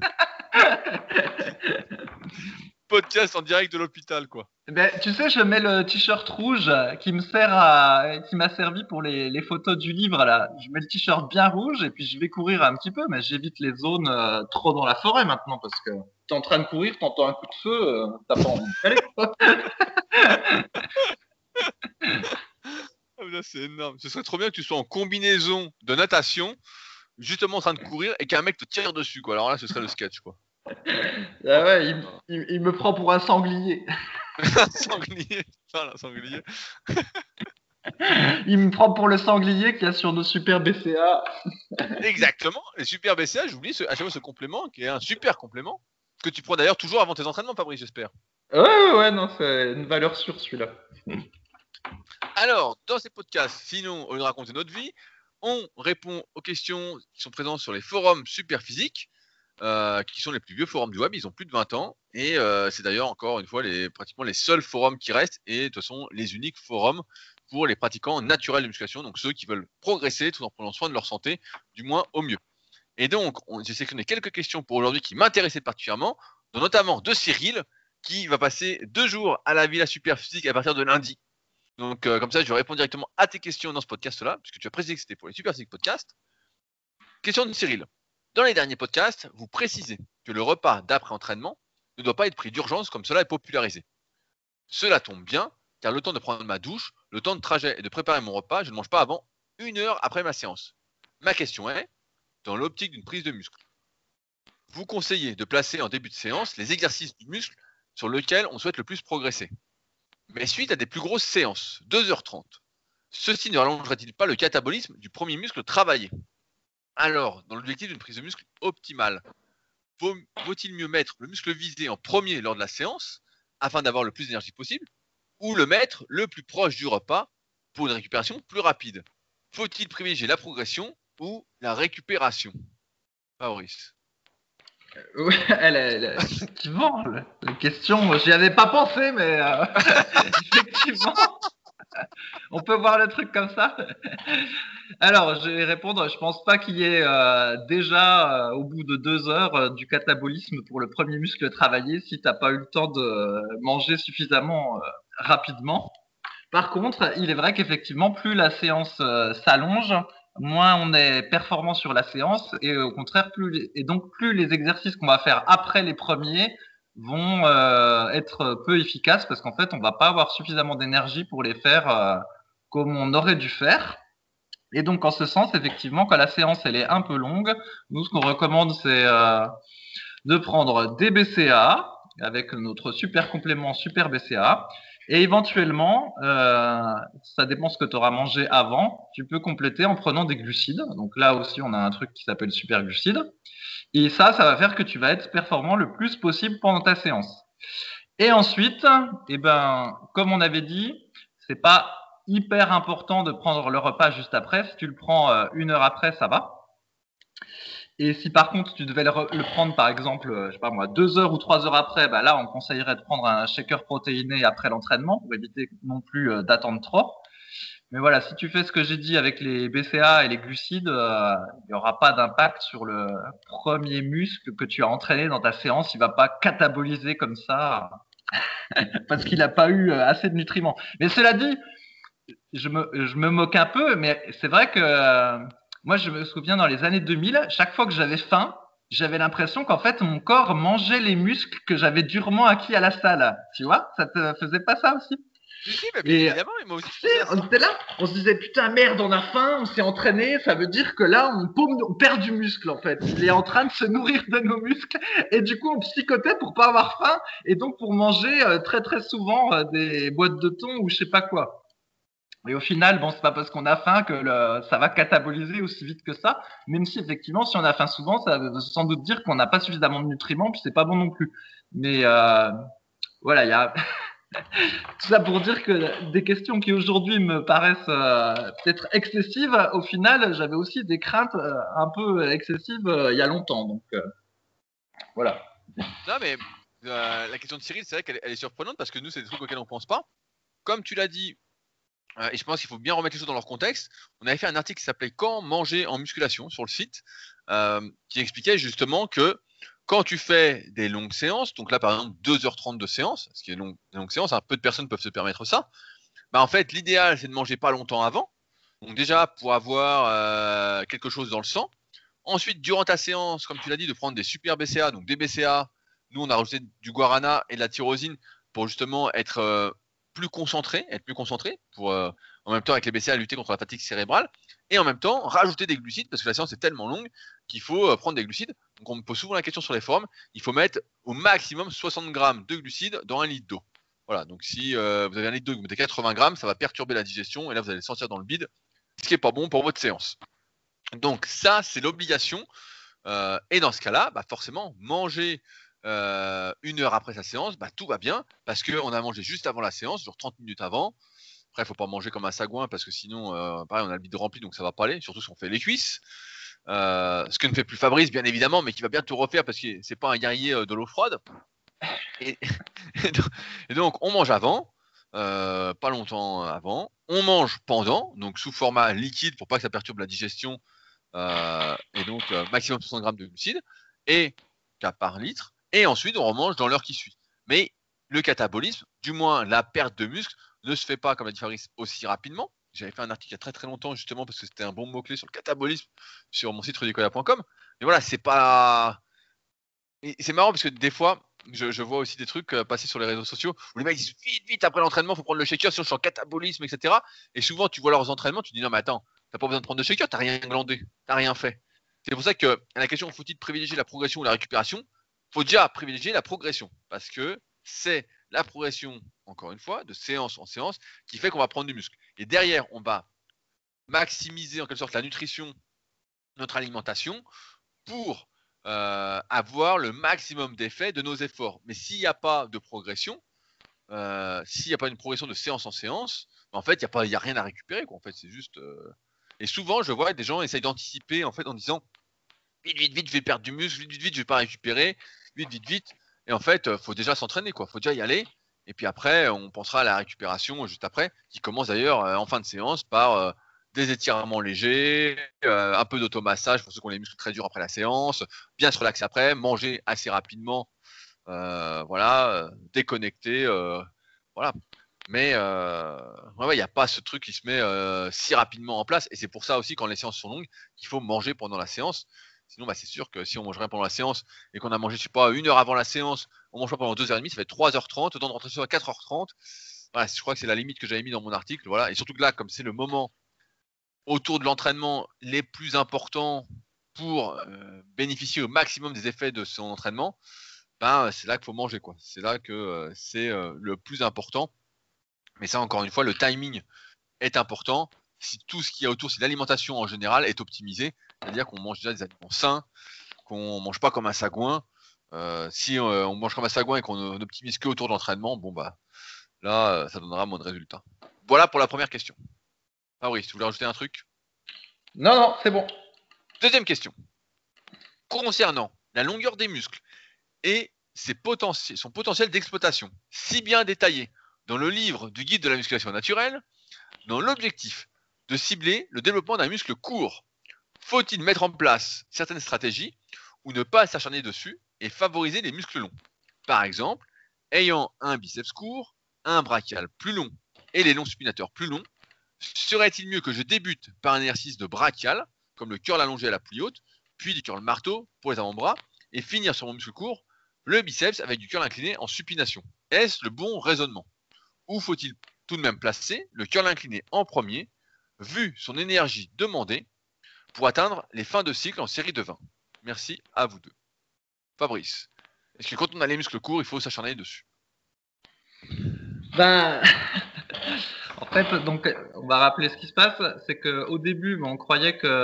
Speaker 1: Podcast en direct de l'hôpital, quoi.
Speaker 2: Ben, tu sais, je mets le t-shirt rouge qui me sert à, qui m'a servi pour les, les photos du livre là. Je mets le t-shirt bien rouge et puis je vais courir un petit peu, mais j'évite les zones euh, trop dans la forêt maintenant parce que t'es en train de courir, t'entends un coup de feu, euh, t'as pas envie d'y aller, quoi.
Speaker 1: Ah, mais là, c'est énorme. Ce serait trop bien que tu sois en combinaison de natation, justement en train de courir, et qu'un mec te tire dessus, quoi. Alors là, ce serait le sketch, quoi.
Speaker 2: Ah ouais, il, il- il me prend pour un sanglier.
Speaker 1: Un sanglier. Putain, un sanglier.
Speaker 2: Il me prend pour le sanglier qu'il y a sur nos super B C A.
Speaker 1: Exactement. Les super B C A, j'oublie ce, à chaque fois ce complément, qui est un super complément, que tu prends d'ailleurs toujours avant tes entraînements, Fabrice, j'espère.
Speaker 2: Ouais, ouais, ouais, non, c'est une valeur sûre celui-là.
Speaker 1: Alors, dans ces podcasts, sinon, au lieu de raconter notre vie, on répond aux questions qui sont présentes sur les forums Superphysique, euh, qui sont les plus vieux forums du web. Ils ont plus de vingt ans. Et euh, c'est d'ailleurs, encore une fois, les, pratiquement les seuls forums qui restent. Et de toute façon, les uniques forums pour les pratiquants naturels de musculation. Donc, ceux qui veulent progresser tout en prenant soin de leur santé, du moins au mieux. Et donc, on- j'ai sélectionné quelques questions pour aujourd'hui qui m'intéressaient particulièrement, dont notamment de Cyril, qui va passer deux jours à la Villa Superphysique à partir de lundi. Donc, euh, comme ça, je réponds directement à tes questions dans ce podcast-là, puisque tu as précisé que c'était pour les Superphysique Podcasts. Question de Cyril. Dans les derniers podcasts, vous précisez que le repas d'après-entraînement ne doit pas être pris d'urgence comme cela est popularisé. Cela tombe bien, car le temps de prendre ma douche, le temps de trajet et de préparer mon repas, je ne mange pas avant une heure après ma séance. Ma question est, dans l'optique d'une prise de muscle, vous conseillez de placer en début de séance les exercices du muscle sur lequel on souhaite le plus progresser. Mais suite à des plus grosses séances, deux heures trente, ceci ne rallongerait-il pas le catabolisme du premier muscle travaillé? Alors, dans l'objectif d'une prise de muscle optimale, vaut, vaut-il mieux mettre le muscle visé en premier lors de la séance, afin d'avoir le plus d'énergie possible, ou le mettre le plus proche du repas pour une récupération plus rapide? Faut-il privilégier la progression ou la récupération? Fabrice.
Speaker 2: Ouais, elle est, elle est- effectivement, la, la question, j'y avais pas pensé, mais euh, effectivement, on peut voir le truc comme ça. Alors, je vais répondre, je pense pas qu'il y ait euh, déjà, euh, au bout de deux heures, euh, du catabolisme pour le premier muscle travaillé si t'as pas eu le temps de manger suffisamment euh, rapidement. Par contre, il est vrai qu'effectivement, plus la séance euh, s'allonge, moins on est performant sur la séance, et au contraire, plus les- et donc plus les exercices qu'on va faire après les premiers vont euh, être peu efficaces parce qu'en fait, on va pas avoir suffisamment d'énergie pour les faire euh, comme on aurait dû faire. Et donc, en ce sens, effectivement, quand la séance elle est un peu longue, nous, ce qu'on recommande, c'est euh, de prendre des B C A avec notre super complément Super B C A. Et éventuellement, euh, ça dépend ce que tu auras mangé avant, tu peux compléter en prenant des glucides. Donc là aussi, on a un truc qui s'appelle super glucides. Et ça, ça va faire que tu vas être performant le plus possible pendant ta séance. Et ensuite, eh ben, comme on avait dit, c'est pas hyper important de prendre le repas juste après. Si tu le prends euh, une heure après, ça va. Et si par contre tu devais le, re- le prendre par exemple, euh, je sais pas moi, deux heures ou trois heures après, bah là on conseillerait de prendre un shaker protéiné après l'entraînement pour éviter non plus euh, d'attendre trop. Mais voilà, si tu fais ce que j'ai dit avec les B C A et les glucides, euh, il n'y aura pas d'impact sur le premier muscle que tu as entraîné dans ta séance. Il va pas cataboliser comme ça parce qu'il n'a pas eu euh, assez de nutriments. Mais cela dit, je me, je me moque un peu, mais c'est vrai que euh, moi, je me souviens dans les années deux mille, chaque fois que j'avais faim, j'avais l'impression qu'en fait, mon corps mangeait les muscles que j'avais durement acquis à la salle. Tu vois, ça te faisait pas ça aussi?
Speaker 1: Si, si, bah, bien
Speaker 2: Et
Speaker 1: évidemment, et moi aussi je
Speaker 2: tu sais,
Speaker 1: pensais à
Speaker 2: on
Speaker 1: ça.
Speaker 2: était là, on se disait putain merde, on a faim, on s'est entraîné, ça veut dire que là on, paume, on perd du muscle en fait. Il est en train de se nourrir de nos muscles et du coup on psychotait pour pas avoir faim et donc pour manger euh, très très souvent euh, des boîtes de thon ou je sais pas quoi. Et au final, bon, c'est pas parce qu'on a faim que le, ça va cataboliser aussi vite que ça. Même si effectivement, si on a faim souvent, ça veut sans doute dire qu'on n'a pas suffisamment de nutriments, puis c'est pas bon non plus. Mais euh, voilà, il y a tout ça pour dire que des questions qui aujourd'hui me paraissent euh, peut-être excessives, au final, j'avais aussi des craintes euh, un peu excessives euh, il y a longtemps. Donc euh, voilà.
Speaker 1: Non, mais euh, la question de Cyril, c'est vrai qu'elle elle est surprenante parce que nous, c'est des trucs auxquels on pense pas. Comme tu l'as dit, euh, et je pense qu'il faut bien remettre les choses dans leur contexte, on avait fait un article qui s'appelait Quand manger en musculation sur le site, euh, qui expliquait justement que quand tu fais des longues séances, donc là par exemple deux heures trente de séance, ce qui est long, des longues séances, hein, peu de personnes peuvent se permettre ça, bah en fait l'idéal c'est de manger pas longtemps avant, donc déjà pour avoir euh, quelque chose dans le sang. Ensuite, durant ta séance, comme tu l'as dit, de prendre des super B C A, donc des B C A. Nous, on a rajouté du guarana et de la tyrosine pour justement être euh, plus concentré, être plus concentré, pour euh, en même temps avec les B C A lutter contre la fatigue cérébrale, et en même temps rajouter des glucides parce que la séance est tellement longue qu'il faut euh, prendre des glucides. Donc, on me pose souvent la question sur les forums. Il faut mettre au maximum soixante grammes de glucides dans un litre d'eau. Voilà. Donc, si euh, vous avez un litre d'eau et que vous mettez quatre-vingts grammes, ça va perturber la digestion et là, vous allez sortir dans le bide, ce qui est pas bon pour votre séance. Donc ça, c'est l'obligation. Euh, et dans ce cas-là, bah forcément, manger euh, une heure après sa séance, bah, tout va bien parce qu'on a mangé juste avant la séance, genre trente minutes avant. Après, il ne faut pas manger comme un sagouin parce que sinon, euh, pareil, on a le bide rempli, donc ça va pas aller, surtout si on fait les cuisses. Euh, ce que ne fait plus Fabrice, bien évidemment, mais qui va bien tout refaire parce que c'est pas un guerrier euh, de l'eau froide. Et, et donc, on mange avant, euh, pas longtemps avant. On mange pendant, donc sous format liquide pour pas que ça perturbe la digestion. Euh, et donc euh, maximum soixante grammes de glucides et cas par litre, et ensuite on remange dans l'heure qui suit. Mais le catabolisme, du moins la perte de muscle, ne se fait pas, comme l'a dit Fabrice, aussi rapidement. J'avais fait un article il y a très très longtemps justement parce que c'était un bon mot-clé sur le catabolisme sur mon site rudicoya point com. Mais voilà, c'est pas. Et c'est marrant parce que des fois, je, je vois aussi des trucs euh, passer sur les réseaux sociaux où les mecs disent vite, vite après l'entraînement, faut prendre le shaker, sinon je suis en catabolisme, et cetera. Et souvent, tu vois leurs entraînements, tu dis non, mais attends, T'as pas besoin de prendre de shaker, t'as rien glandé, t'as rien fait. C'est pour ça que à la question faut-il privilégier la progression ou la récupération, faut déjà privilégier la progression parce que c'est la progression, encore une fois, de séance en séance qui fait qu'on va prendre du muscle. Et derrière, on va maximiser en quelque sorte la nutrition, notre alimentation pour euh, avoir le maximum d'effet de nos efforts. Mais s'il n'y a pas de progression, euh, s'il n'y a pas une progression de séance en séance, en fait, il n'y a, pas, y a rien à récupérer. Quoi. En fait, c'est juste. Euh... Et souvent, je vois des gens essayent d'anticiper en fait en disant vite, vite, vite, je vais perdre du muscle, vite, vite, vite, je vais pas récupérer, vite, vite, vite. Et en fait, il faut déjà s'entraîner, quoi. Faut déjà y aller. Et puis après, on pensera à la récupération juste après, qui commence d'ailleurs euh, en fin de séance par euh, des étirements légers, euh, un peu d'automassage pour ceux qui ont les muscles très durs après la séance, bien se relaxer après, manger assez rapidement, euh, voilà, euh, déconnecter, euh, voilà. Mais il euh, ouais, ouais, n'y a pas ce truc qui se met euh, si rapidement en place. Et c'est pour ça aussi, quand les séances sont longues, qu'il faut manger pendant la séance. Sinon, bah, c'est sûr que si on mange rien pendant la séance et qu'on a mangé, je sais pas, une heure avant la séance, on mange pas pendant deux heures trente, ça fait trois heures trente, autant de rentrer sur à quatre heures trente. Voilà, je crois que c'est la limite que j'avais mis dans mon article. Voilà. Et surtout que là, comme c'est le moment autour de l'entraînement les plus importants pour euh, bénéficier au maximum des effets de son entraînement, ben, c'est là qu'il faut manger, quoi. C'est là que euh, c'est euh, le plus important. Mais ça, encore une fois, le timing est important. Si tout ce qu'il y a autour, si l'alimentation en général est optimisée, c'est-à-dire qu'on mange déjà des aliments sains, qu'on mange pas comme un sagouin. Euh, si euh, on mange comme un sagouin et qu'on n'optimise que autour de l'entraînement, bon bah là, euh, ça donnera moins de résultats. Voilà pour la première question. Fabrice, tu voulais rajouter un truc?
Speaker 2: Non, non, c'est bon.
Speaker 1: Deuxième question. Concernant la longueur des muscles et ses potentiels, son potentiel d'exploitation, si bien détaillé dans le livre du guide de la musculation naturelle, dans l'objectif de cibler le développement d'un muscle court, faut-il mettre en place certaines stratégies ou ne pas s'acharner dessus et favoriser les muscles longs? Par exemple, ayant un biceps court, un brachial plus long et les longs supinateurs plus longs, serait-il mieux que je débute par un exercice de brachial, comme le curl allongé à la poulie haute, puis du curl marteau pour les avant-bras, et finir sur mon muscle court, le biceps avec du curl incliné en supination? Est-ce le bon raisonnement? Ou faut-il tout de même placer le curl incliné en premier, vu son énergie demandée, pour atteindre les fins de cycle en série de vingt? Merci à vous deux. Fabrice, est-ce que quand on a les muscles courts, il faut s'acharner dessus?
Speaker 2: Ben, en fait, donc, on va rappeler ce qui se passe, c'est qu'au début, on croyait que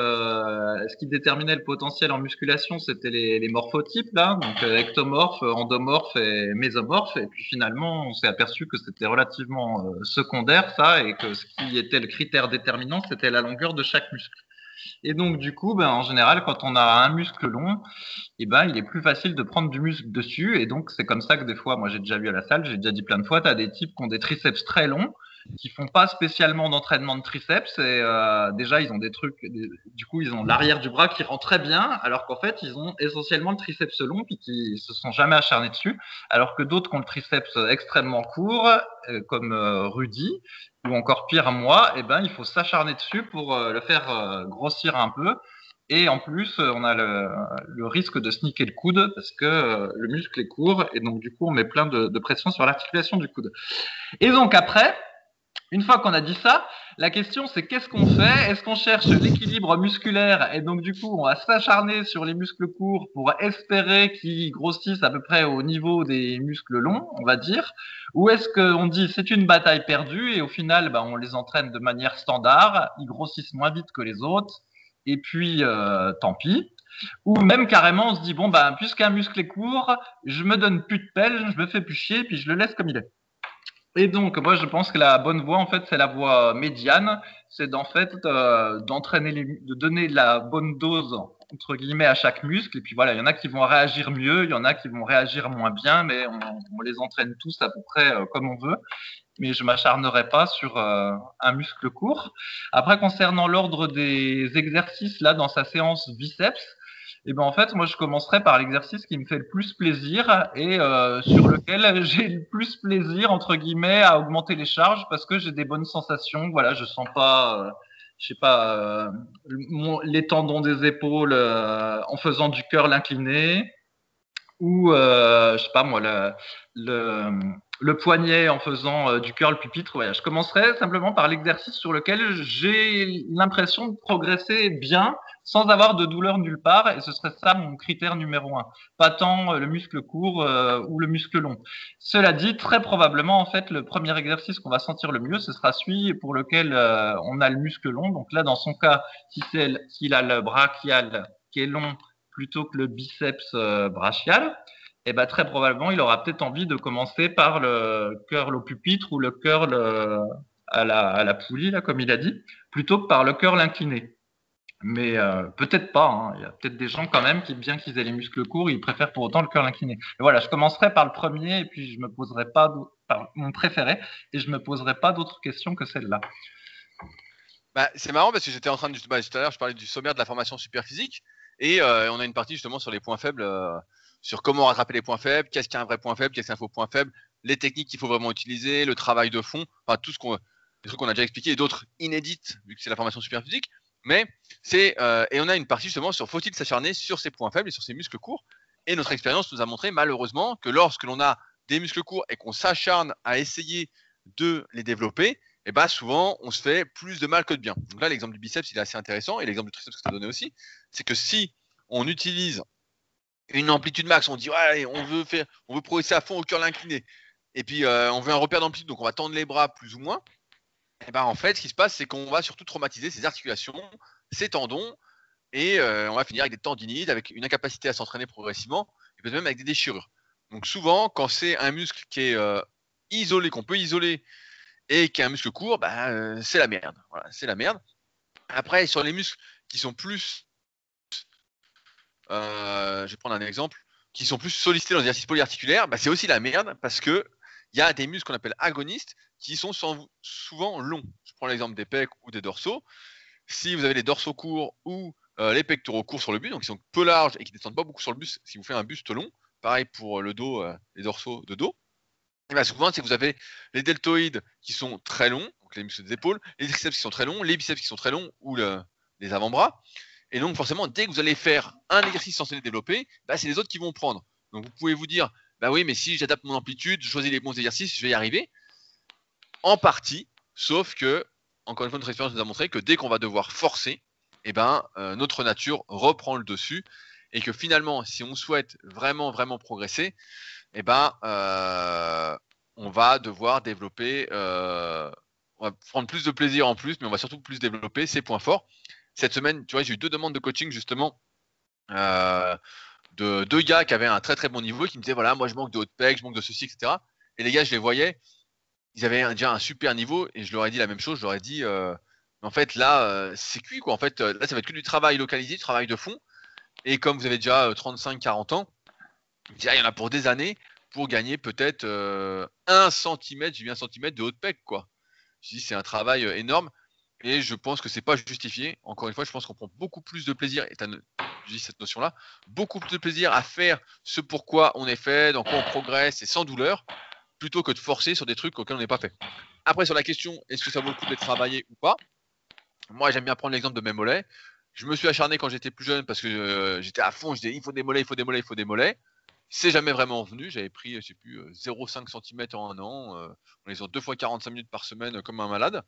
Speaker 2: ce qui déterminait le potentiel en musculation, c'était les, les morphotypes, là, donc ectomorphes, endomorphes et mésomorphes, et puis finalement, on s'est aperçu que c'était relativement euh, secondaire, ça, et que ce qui était le critère déterminant, c'était la longueur de chaque muscle. Et donc, du coup, ben, en général, quand on a un muscle long, eh ben, il est plus facile de prendre du muscle dessus. Et donc, c'est comme ça que des fois, moi, j'ai déjà vu à la salle, j'ai déjà dit plein de fois, tu as des types qui ont des triceps très longs, qui font pas spécialement d'entraînement de triceps. Et euh, déjà, ils ont des trucs, des, du coup, ils ont l'arrière du bras qui rend très bien, alors qu'en fait, ils ont essentiellement le triceps long, puis qui se sont jamais acharnés dessus. Alors que d'autres qui ont le triceps extrêmement court, euh, comme euh, Rudy, ou encore pire moi, eh ben, il faut s'acharner dessus pour euh, le faire euh, grossir un peu. Et en plus, on a le, le risque de sneaker le coude parce que euh, le muscle est court et donc du coup, on met plein de, de pression sur l'articulation du coude. Et donc après, une fois qu'on a dit ça, la question c'est qu'est-ce qu'on fait? Est-ce qu'on cherche l'équilibre musculaire et donc du coup, on va s'acharner sur les muscles courts pour espérer qu'ils grossissent à peu près au niveau des muscles longs, on va dire? Ou est-ce qu'on dit c'est une bataille perdue et au final, bah, on les entraîne de manière standard, ils grossissent moins vite que les autres? Et puis, euh, tant pis. Ou même carrément, on se dit, bon, bah, puisqu'un muscle est court, je me donne plus de pelle, je me fais plus chier, puis je le laisse comme il est. Et donc, moi, je pense que la bonne voie, en fait, c'est la voie médiane. C'est d'en fait, euh, d'entraîner les, de donner la bonne dose, entre guillemets, à chaque muscle. Et puis voilà, il y en a qui vont réagir mieux, il y en a qui vont réagir moins bien, mais on, on les entraîne tous à peu près euh, comme on veut. Mais je m'acharnerai pas sur euh, un muscle court. Après, concernant l'ordre des exercices, là, dans sa séance biceps, et ben en fait, moi, je commencerai par l'exercice qui me fait le plus plaisir et euh, sur lequel j'ai le plus plaisir, entre guillemets, à augmenter les charges parce que j'ai des bonnes sensations. Voilà, je sens pas, euh, je sais pas, euh, mon, les tendons des épaules euh, en faisant du curl incliné. ou euh, je sais pas moi le, le, le poignet en faisant euh, du curl pupitre. Voilà. Je commencerai simplement par l'exercice sur lequel j'ai l'impression de progresser bien sans avoir de douleur nulle part, et ce serait ça mon critère numéro un. Pas tant euh, le muscle court euh, ou le muscle long. Cela dit, très probablement en fait le premier exercice qu'on va sentir le mieux, ce sera celui pour lequel euh, on a le muscle long. Donc là, dans son cas, si c'est s'il a le brachial qui est long plutôt que le biceps euh, brachial, et ben très probablement il aura peut-être envie de commencer par le curl au pupitre ou le curl euh, à, la, à la poulie, là, comme il a dit, plutôt que par le curl incliné. Mais euh, peut-être pas. Hein. Il y a peut-être des gens quand même qui, bien qu'ils aient les muscles courts, ils préfèrent pour autant le curl incliné. Et voilà, je commencerai par le premier et puis je me poserai pas par mon préféré et je me poserai pas d'autres questions que celle-là.
Speaker 1: Bah, c'est marrant parce que j'étais en train de bah, tout à l'heure, je parlais du sommaire de la formation super physique et euh, on a une partie justement sur les points faibles, euh, sur comment rattraper les points faibles, qu'est-ce qu'un vrai point faible, qu'est-ce qu'un faux point faible, les techniques qu'il faut vraiment utiliser, le travail de fond, enfin tout ce qu'on, les trucs qu'on a déjà expliqué et d'autres inédites vu que c'est la formation super physique. Mais c'est euh, et on a une partie justement sur faut-il s'acharner sur ses points faibles et sur ses muscles courts. Et notre expérience nous a montré malheureusement que lorsque l'on a des muscles courts et qu'on s'acharne à essayer de les développer, et bah souvent on se fait plus de mal que de bien. Donc là l'exemple du biceps il est assez intéressant et l'exemple du triceps que tu as donné aussi, c'est que si on utilise une amplitude max, on dit ouais on veut faire, on veut progresser à fond au curl incliné, et puis euh, on veut un repère d'amplitude donc on va tendre les bras plus ou moins, et bah en fait ce qui se passe c'est qu'on va surtout traumatiser ses articulations, ses tendons, et euh, on va finir avec des tendinites, avec une incapacité à s'entraîner progressivement, et peut-être même avec des déchirures. Donc souvent quand c'est un muscle qui est euh, isolé, qu'on peut isoler et qui a un muscle court, bah, euh, c'est la merde. Voilà, c'est la merde. Après, sur les muscles qui sont plus, euh, je vais prendre un exemple, qui sont plus sollicités dans les exercices polyarticulaires, bah, c'est aussi la merde parce que il y a des muscles qu'on appelle agonistes qui sont souvent longs. Je prends l'exemple des pecs ou des dorsaux. Si vous avez les dorsaux courts ou euh, les pectoraux courts sur le buste, donc ils sont peu larges et qui ne descendent pas beaucoup sur le buste, si vous faites un buste long, pareil pour le dos, euh, les dorsaux de dos, et bien souvent, si vous avez les deltoïdes qui sont très longs, donc les muscles des épaules, les triceps qui sont très longs, les biceps qui sont très longs, ou le, les avant-bras. Et donc, forcément, dès que vous allez faire un exercice censé les développer, bah, c'est les autres qui vont prendre. Donc, vous pouvez vous dire, bah oui, mais si j'adapte mon amplitude, je choisis les bons exercices, je vais y arriver. En partie, sauf que, encore une fois, notre expérience nous a montré que dès qu'on va devoir forcer, eh ben, euh, notre nature reprend le dessus. Et que finalement, si on souhaite vraiment, vraiment progresser, eh ben, euh, on va devoir développer, euh, on va prendre plus de plaisir en plus, mais on va surtout plus développer ses points forts. Cette semaine, tu vois, j'ai eu deux demandes de coaching justement euh, de deux gars qui avaient un très très bon niveau et qui me disaient voilà, moi je manque de haut de pec, je manque de ceci, et cetera. Et les gars, je les voyais, ils avaient un, déjà un super niveau et je leur ai dit la même chose. Je leur ai dit, euh, en fait, là, euh, c'est cuit quoi. En fait, là, ça va être que du travail localisé, du travail de fond. Et comme vous avez déjà trente-cinq quarante ans, il y en a pour des années pour gagner peut-être euh, un centimètre, j'ai vu un centimètre de haut de pec, quoi. Je dis c'est un travail euh, énorme et je pense que c'est pas justifié. Encore une fois, je pense qu'on prend beaucoup plus de plaisir, et je dis cette notion-là, beaucoup plus de plaisir à faire ce pourquoi on est fait, dans quoi on progresse et sans douleur, plutôt que de forcer sur des trucs auxquels on n'est pas fait. Après, sur la question, est-ce que ça vaut le coup d'être travaillé ou pas? Moi, j'aime bien prendre l'exemple de mes mollets. Je me suis acharné quand j'étais plus jeune parce que euh, j'étais à fond, je disais il faut des mollets, il faut des mollets, il faut des mollets. C'est jamais vraiment venu. J'avais pris, je sais plus, zéro virgule cinq centimètres en un an. Euh, on les a deux fois quarante-cinq minutes par semaine euh, comme un malade.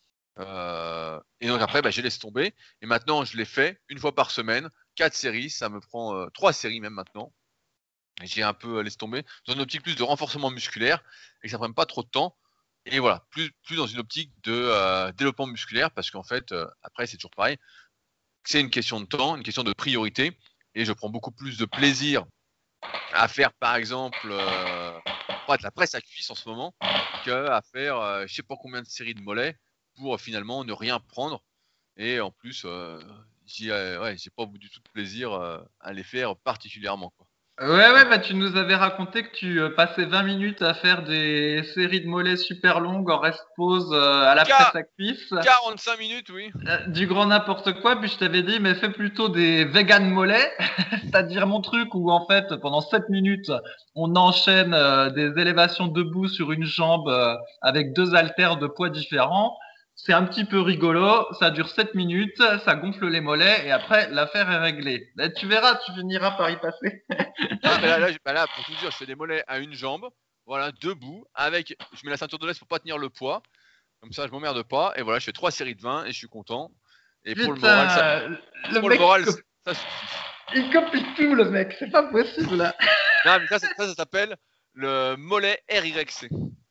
Speaker 1: Euh, et donc après, bah, j'ai laissé tomber. Et maintenant, je l'ai fait une fois par semaine, quatre séries. Ça me prend euh, trois séries même maintenant. Et j'ai un peu euh, laissé tomber dans une optique plus de renforcement musculaire et que ça prenne pas trop de temps. Et voilà, plus, plus dans une optique de euh, développement musculaire parce qu'en fait, euh, après, c'est toujours pareil. C'est une question de temps, une question de priorité. Et je prends beaucoup plus de plaisir à faire par exemple euh, de la presse à cuisse en ce moment qu'à faire euh, je sais pas combien de séries de mollets pour euh, finalement ne rien prendre, et en plus euh, j'ai euh, ouais, j'ai pas du tout de plaisir euh, à les faire particulièrement quoi.
Speaker 2: Ouais, ouais, bah tu nous avais raconté que tu euh, passais vingt minutes à faire des séries de mollets super longues en rest pause euh, à la presse à cuisse.
Speaker 1: quarante-cinq minutes, oui.
Speaker 2: Euh, du grand n'importe quoi, puis je t'avais dit, mais fais plutôt des vegan mollets, c'est-à-dire mon truc où en fait, pendant sept minutes, on enchaîne euh, des élévations debout sur une jambe euh, avec deux haltères de poids différents. c'est un petit peu rigolo, ça dure sept minutes, ça gonfle les mollets et après l'affaire est réglée. Là, tu verras, tu finiras par y passer.
Speaker 1: Ah, bah là, là, bah là, pour tout dire, je fais des mollets à une jambe, voilà, debout, avec, je mets la ceinture de l'aise pour pas tenir le poids, comme ça je m'emmerde pas, et voilà, je fais trois séries de vingt et je suis content. Et pour le moral, ça,
Speaker 2: Putain, le
Speaker 1: pour le
Speaker 2: mec,
Speaker 1: moral,
Speaker 2: il,
Speaker 1: ça suffit.
Speaker 2: il copie tout, le mec, c'est pas possible là.
Speaker 1: Non, mais ça, ça, ça s'appelle le mollet R Y C.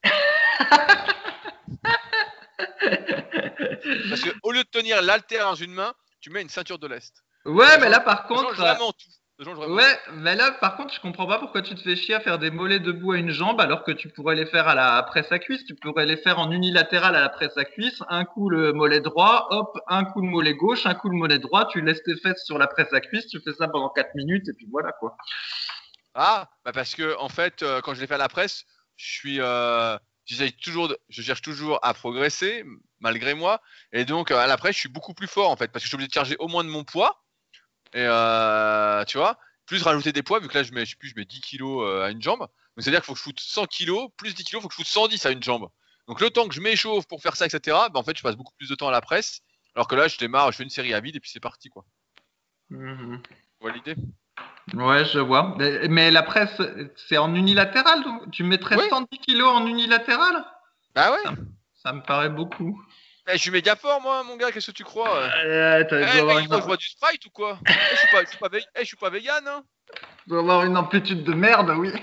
Speaker 1: Parce que au lieu de tenir l'haltère dans une main, tu mets une ceinture de lest.
Speaker 2: Ouais,
Speaker 1: Ça
Speaker 2: mais
Speaker 1: change,
Speaker 2: là par
Speaker 1: ça
Speaker 2: contre,
Speaker 1: change vraiment tout. Ça change vraiment
Speaker 2: ouais, mais là par contre, je comprends pas pourquoi tu te fais chier à faire des mollets debout à une jambe alors que tu pourrais les faire à la presse à cuisse. Tu pourrais les faire en unilatéral à la presse à cuisse. Un coup le mollet droit, hop, un coup le mollet gauche, un coup le mollet droit. Tu laisses tes fesses sur la presse à cuisse. Tu fais ça pendant quatre minutes et puis voilà quoi.
Speaker 1: Ah, bah parce que en fait, euh, quand je l'ai fait à la presse, je suis, euh, j'essaye toujours, de- je cherche toujours à progresser malgré moi, et donc euh, à la presse, je suis beaucoup plus fort en fait, parce que je suis obligé de charger au moins de mon poids, et euh, tu vois, plus rajouter des poids, vu que là je mets, je sais plus, je mets dix kilos euh, à une jambe, donc c'est à dire qu'il faut que je foute cent kilos plus dix kilos, faut que je foute cent dix à une jambe. Donc le temps que je m'échauffe pour faire ça, et cetera. Bah en fait, je passe beaucoup plus de temps à la presse, alors que là, je démarre, je fais une série à vide et puis c'est parti quoi.
Speaker 2: Mhm.
Speaker 1: Tu vois l'idée?
Speaker 2: Ouais, je vois. Mais, mais la presse, c'est en unilatéral, donc tu mettrais
Speaker 1: Oui.
Speaker 2: cent dix kilos en unilatéral?
Speaker 1: Bah ouais.
Speaker 2: Ça, ça me paraît beaucoup.
Speaker 1: Eh, je suis méga fort moi, mon gars, qu'est-ce que tu crois? euh
Speaker 2: Euh, tu
Speaker 1: Eh
Speaker 2: dois avoir
Speaker 1: mec, il
Speaker 2: une,
Speaker 1: faut que je bois du Sprite ou quoi? Eh, je suis pas, je suis pas, vé- eh, je suis pas vegan, hein.
Speaker 2: tu dois avoir une amplitude de merde, oui.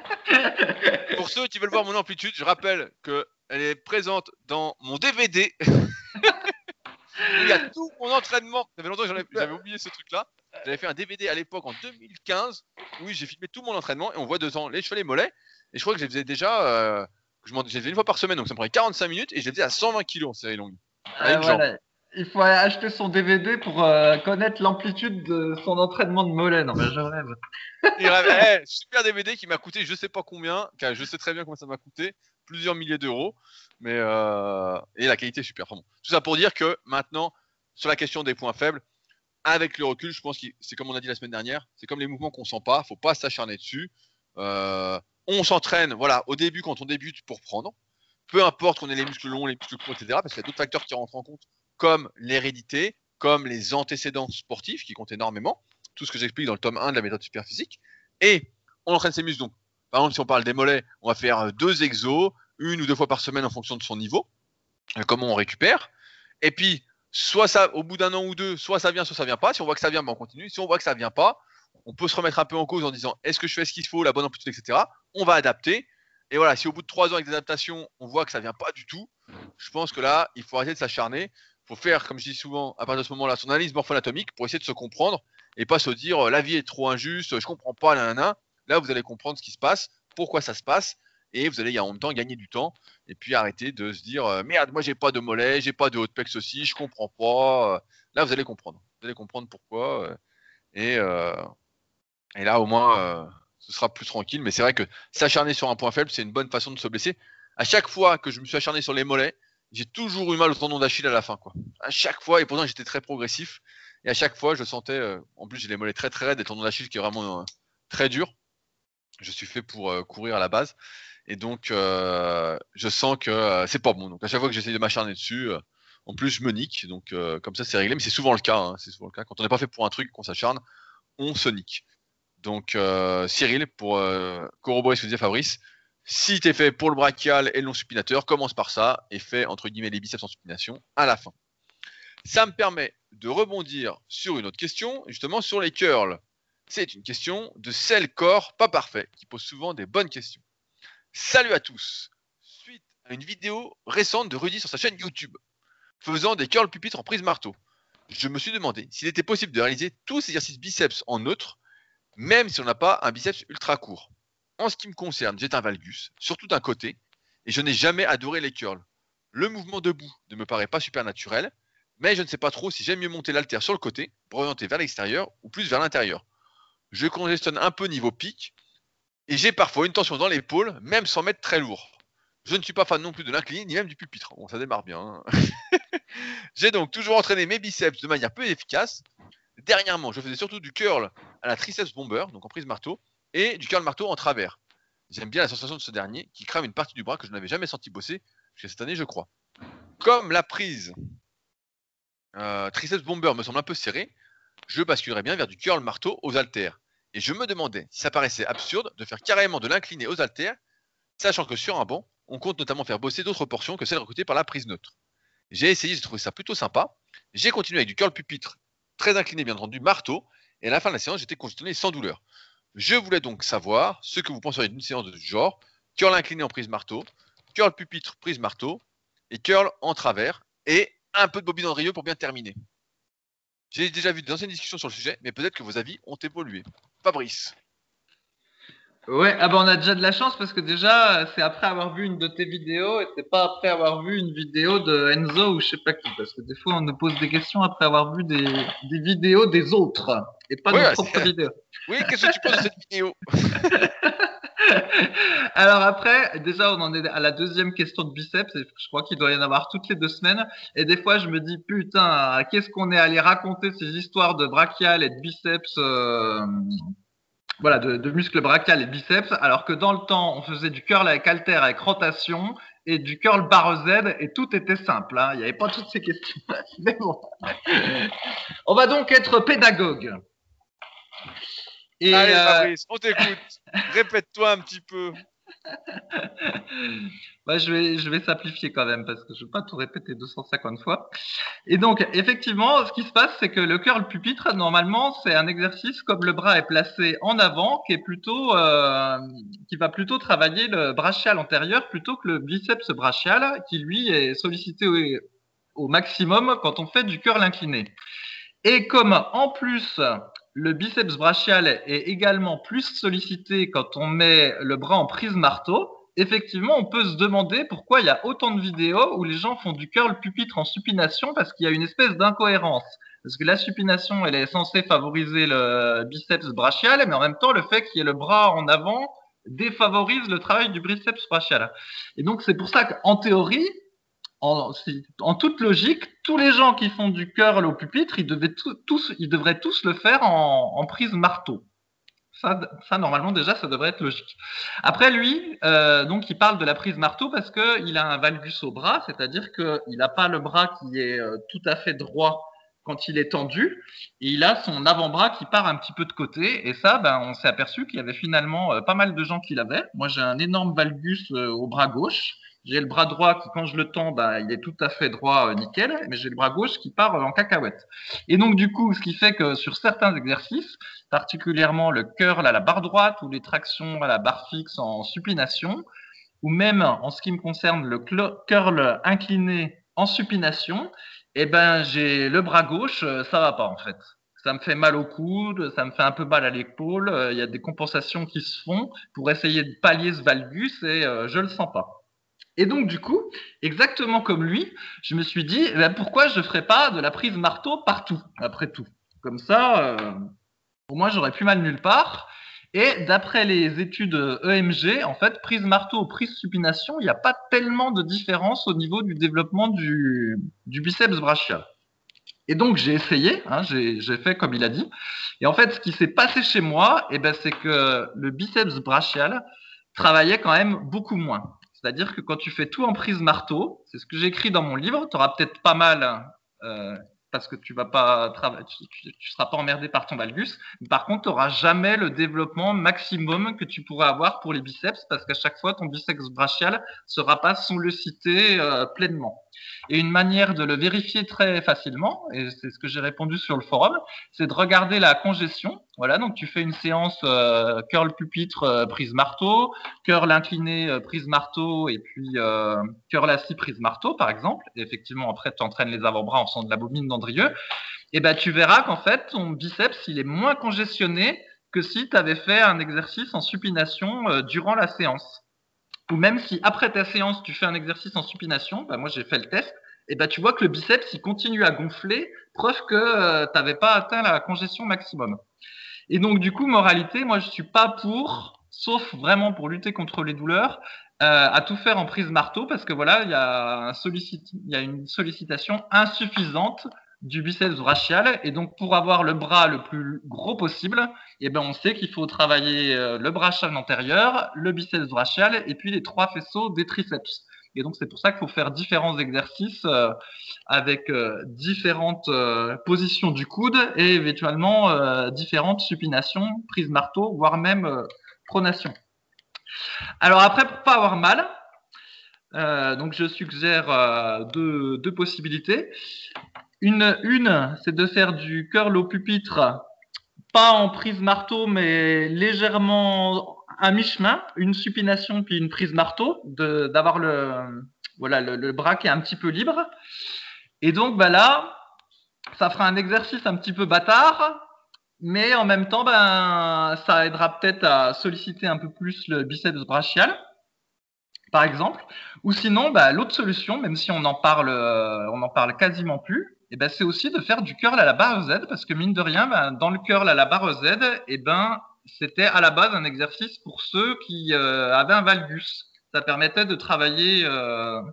Speaker 1: Pour ceux qui veulent voir mon amplitude, je rappelle que elle est présente dans mon D V D où il y a tout mon entraînement. Ça fait longtemps que j'en ai- j'avais oublié ce truc-là. J'avais fait un D V D à l'époque en deux mille quinze où j'ai filmé tout mon entraînement et on voit dedans les cheveux, les mollets. Et je crois que je les faisais déjà, euh, que je m'en- je les faisais une fois par semaine, donc ça me prenait quarante-cinq minutes et je les faisais à cent vingt kilos en série longue, à
Speaker 2: Euh,
Speaker 1: une jambe.
Speaker 2: voilà. Il faut acheter son D V D pour euh, connaître l'amplitude de son entraînement de mollet. Non, mais je rêve.
Speaker 1: Et rêve- eh, super D V D qui m'a coûté je sais pas combien, car je sais très bien combien ça m'a coûté, plusieurs milliers d'euros, mais euh, et la qualité est super. Enfin bon. Tout ça pour dire que maintenant, sur la question des points faibles, avec le recul, je pense que c'est comme on a dit la semaine dernière, c'est comme les mouvements qu'on sent pas, faut pas s'acharner dessus. Euh, on s'entraîne, voilà, au début quand on débute pour prendre, peu importe qu'on ait les muscles longs, les muscles courts, et cetera. Parce qu'il y a d'autres facteurs qui rentrent en compte, comme l'hérédité, comme les antécédents sportifs qui comptent énormément. Tout ce que j'explique dans le tome un de la méthode Superphysique. Et on entraîne ses muscles. Donc, par exemple, si on parle des mollets, on va faire deux exos, une ou deux fois par semaine en fonction de son niveau, comment on récupère. Et puis, soit ça, au bout d'un an ou deux, soit ça vient, soit ça vient pas. Si on voit que ça vient, ben on continue. Si on voit que ça vient pas, on peut se remettre un peu en cause en disant est-ce que je fais ce qu'il faut, la bonne amplitude, et cetera. On va adapter. Et voilà, si au bout de trois ans avec des adaptations, on voit que ça vient pas du tout, je pense que là, il faut arrêter de s'acharner. Il faut faire, comme je dis souvent, à partir de ce moment-là, son analyse morpho-anatomique pour essayer de se comprendre et pas se dire la vie est trop injuste, je comprends pas, nanana. Là, vous allez comprendre ce qui se passe, pourquoi ça se passe, et vous allez en même temps gagner du temps et puis arrêter de se dire euh, merde, moi j'ai pas de mollet, j'ai pas de haut de pecs aussi, je comprends pas. Là, vous allez comprendre. Vous allez comprendre pourquoi. euh, et, euh, et là, au moins, euh, ce sera plus tranquille. Mais c'est vrai que s'acharner sur un point faible, c'est une bonne façon de se blesser. À chaque fois que je me suis acharné sur les mollets, j'ai toujours eu mal au tendon d'Achille à la fin, quoi. À chaque fois, et pourtant j'étais très progressif. Et à chaque fois, je sentais. euh, en plus, j'ai les mollets très très raides, et le tendon d'Achille qui est vraiment euh, très dur. Je suis fait pour euh, courir à la base. Et donc, euh, je sens que euh, c'est pas bon. Donc, à chaque fois que j'essaye de m'acharner dessus, euh, en plus, je me nique. Donc, euh, comme ça, c'est réglé. Mais c'est souvent le cas. Hein, c'est souvent le cas. Quand on n'est pas fait pour un truc, qu'on s'acharne, on se nique. Donc, euh, Cyril, pour euh, corroborer ce que disait Fabrice, si t'es fait pour le brachial et le long supinateur, commence par ça et fais entre guillemets les biceps en supination à la fin. Ça me permet de rebondir sur une autre question, justement sur les curls. C'est une question de celle corps pas parfait qui pose souvent des bonnes questions. Salut à tous. Suite à une vidéo récente de Rudy sur sa chaîne YouTube, faisant des curls pupitres en prise marteau, je me suis demandé s'il était possible de réaliser tous ces exercices biceps en neutre, même si on n'a pas un biceps ultra court. En ce qui me concerne, j'ai un valgus, surtout d'un côté, et je n'ai jamais adoré les curls. Le mouvement debout ne me paraît pas super naturel, mais je ne sais pas trop si j'aime mieux monter l'haltère sur le côté, pour orienter vers l'extérieur, ou plus vers l'intérieur. Je congestionne un peu niveau pic, et j'ai parfois une tension dans l'épaule, même sans mettre très lourd. Je ne suis pas fan non plus de l'incliné, ni même du pupitre. Bon, ça démarre bien. Hein. J'ai donc toujours entraîné mes biceps de manière peu efficace. Dernièrement, je faisais surtout du curl à la triceps bomber, donc en prise marteau, et du curl marteau en travers. J'aime bien la sensation de ce dernier, qui crame une partie du bras que je n'avais jamais senti bosser jusqu'à cette année, je crois. comme la prise euh, triceps bomber me semble un peu serrée, je basculerais bien vers du curl marteau aux haltères. Et je me demandais si ça paraissait absurde de faire carrément de l'incliné aux haltères, sachant que sur un banc, on compte notamment faire bosser d'autres portions que celles recrutées par la prise neutre. J'ai essayé, j'ai trouvé ça plutôt sympa. J'ai continué avec du curl pupitre, très incliné bien entendu, marteau, et à la fin de la séance, j'étais congestionné sans douleur. Je voulais donc savoir ce que vous penseriez d'une séance de ce genre, curl incliné en prise marteau, curl pupitre prise marteau, et curl en travers, et un peu de bobine en rieux pour bien terminer. J'ai déjà vu d'anciennes discussions sur le sujet, mais peut-être que vos avis ont évolué. Fabrice.
Speaker 2: Ouais, ah bah on a déjà de la chance parce que déjà c'est après avoir vu une de tes vidéos et c'est pas après avoir vu une vidéo de Enzo ou je sais pas qui, parce que des fois on nous pose des questions après avoir vu des, des vidéos des autres et pas
Speaker 1: Oui,
Speaker 2: nos
Speaker 1: ouais,
Speaker 2: propres
Speaker 1: c'est-
Speaker 2: vidéos.
Speaker 1: oui, qu'est-ce que tu penses de cette vidéo?
Speaker 2: Alors après, déjà on en est à la deuxième question de biceps et je crois qu'il doit y en avoir toutes les deux semaines et des fois je me dis putain, qu'est-ce qu'on est allé raconter ces histoires de brachial et de biceps euh, voilà, de, de muscles brachial et biceps, alors que dans le temps, on faisait du curl avec halter, avec rotation, et du curl barre Z, et tout était simple. Hein. Il n'y avait pas toutes ces questions. Mais bon. On va donc être pédagogue.
Speaker 1: Et Allez, euh... Fabrice, on t'écoute. Répète-toi un petit peu.
Speaker 2: Bah, je vais, je vais simplifier quand même, parce que je ne vais pas tout répéter deux cent cinquante fois. Et donc, effectivement, ce qui se passe, c'est que le curl pupitre, normalement, c'est un exercice comme le bras est placé en avant, qui est plutôt, euh, qui va plutôt travailler le brachial antérieur plutôt que le biceps brachial, qui lui est sollicité au, au maximum quand on fait du curl incliné. Et comme en plus le biceps brachial est également plus sollicité quand on met le bras en prise marteau, effectivement, on peut se demander pourquoi il y a autant de vidéos où les gens font du curl pupitre en supination parce qu'il y a une espèce d'incohérence. Parce que la supination, elle est censée favoriser le biceps brachial, mais en même temps, le fait qu'il y ait le bras en avant défavorise le travail du biceps brachial. Et donc, c'est pour ça qu'en théorie, en, en toute logique, tous les gens qui font du curl au pupitre, ils, devaient tout, tous, ils devraient tous le faire en, en prise marteau. Ça, ça, normalement, déjà, ça devrait être logique. Après, lui, euh, donc, il parle de la prise marteau parce qu'il a un valgus au bras, c'est-à-dire qu'il n'a pas le bras qui est euh, tout à fait droit quand il est tendu, et il a son avant-bras qui part un petit peu de côté, et ça, ben, on s'est aperçu qu'il y avait finalement euh, pas mal de gens qui l'avaient. Moi, j'ai un énorme valgus euh, au bras gauche. J'ai le bras droit qui, quand je le tends, bah, il est tout à fait droit, euh, nickel, mais j'ai le bras gauche qui part euh, en cacahuète. Et donc, du coup, ce qui fait que sur certains exercices, particulièrement le curl à la barre droite ou les tractions à la barre fixe en supination, ou même en ce qui me concerne le curl incliné en supination, eh ben, j'ai le bras gauche, ça va pas en fait. Ça me fait mal au coude, ça me fait un peu mal à l'épaule, il y a des compensations qui se font pour essayer de pallier ce valgus et euh, je le sens pas. Et donc, du coup, exactement comme lui, je me suis dit, eh ben, pourquoi je ne ferais pas de la prise marteau partout, après tout. Comme ça, euh, pour moi, j'aurais plus mal nulle part. Et d'après les études E M G, en fait, prise marteau ou prise supination, il n'y a pas tellement de différence au niveau du développement du, du biceps brachial. Et donc, j'ai essayé, hein, j'ai, j'ai fait comme il a dit. Et en fait, ce qui s'est passé chez moi, eh ben, c'est que le biceps brachial travaillait quand même beaucoup moins. C'est-à-dire que quand tu fais tout en prise marteau, c'est ce que j'écris dans mon livre, tu auras peut-être pas mal, euh, parce que tu vas pas travailler, tu, tu, tu seras pas emmerdé par ton valgus. Mais par contre, tu n'auras jamais le développement maximum que tu pourrais avoir pour les biceps, parce qu'à chaque fois, ton biceps brachial sera pas sollicité euh, pleinement. Et une manière de le vérifier très facilement, et c'est ce que j'ai répondu sur le forum, c'est de regarder la congestion. Voilà, donc tu fais une séance euh, curl pupitre euh, prise marteau, curl incliné euh, prise marteau et puis euh, curl assis prise marteau par exemple. Et effectivement, après tu entraînes les avant-bras en faisant de la bobine d'Andrieux. Et ben tu verras qu'en fait ton biceps il est moins congestionné que si tu avais fait un exercice en supination euh, durant la séance. Ou même si après ta séance tu fais un exercice en supination, ben moi j'ai fait le test, et ben tu vois que le biceps il continue à gonfler, preuve que euh, tu n'avais pas atteint la congestion maximum. Et donc du coup, moralité, moi je suis pas pour, sauf vraiment pour lutter contre les douleurs, euh, à tout faire en prise marteau parce que voilà, il y a un sollicit... il y a une sollicitation insuffisante du biceps brachial et donc pour avoir le bras le plus gros possible, eh ben on sait qu'il faut travailler le brachial antérieur, le biceps brachial et puis les trois faisceaux des triceps. Et donc, c'est pour ça qu'il faut faire différents exercices euh, avec euh, différentes euh, positions du coude et éventuellement euh, différentes supinations, prise marteau, voire même euh, pronation. Alors après, pour pas avoir mal, euh, donc je suggère euh, deux, deux possibilités. Une, une c'est de faire du curl au pupitre, pas en prise marteau, mais légèrement à mi-chemin, une supination puis une prise marteau, de, d'avoir le, voilà, le, le bras qui est un petit peu libre. Et donc bah là, ça fera un exercice un petit peu bâtard, mais en même temps, ben, ça aidera peut-être à solliciter un peu plus le biceps brachial, par exemple. Ou sinon, bah, l'autre solution, même si on en parle, euh, on en parle quasiment plus, et ben, c'est aussi de faire du curl à la barre Z, parce que mine de rien, ben, dans le curl à la barre Z, et ben, c'était à la base un exercice pour ceux qui euh, avaient un valgus. Ça permettait de travailler euh,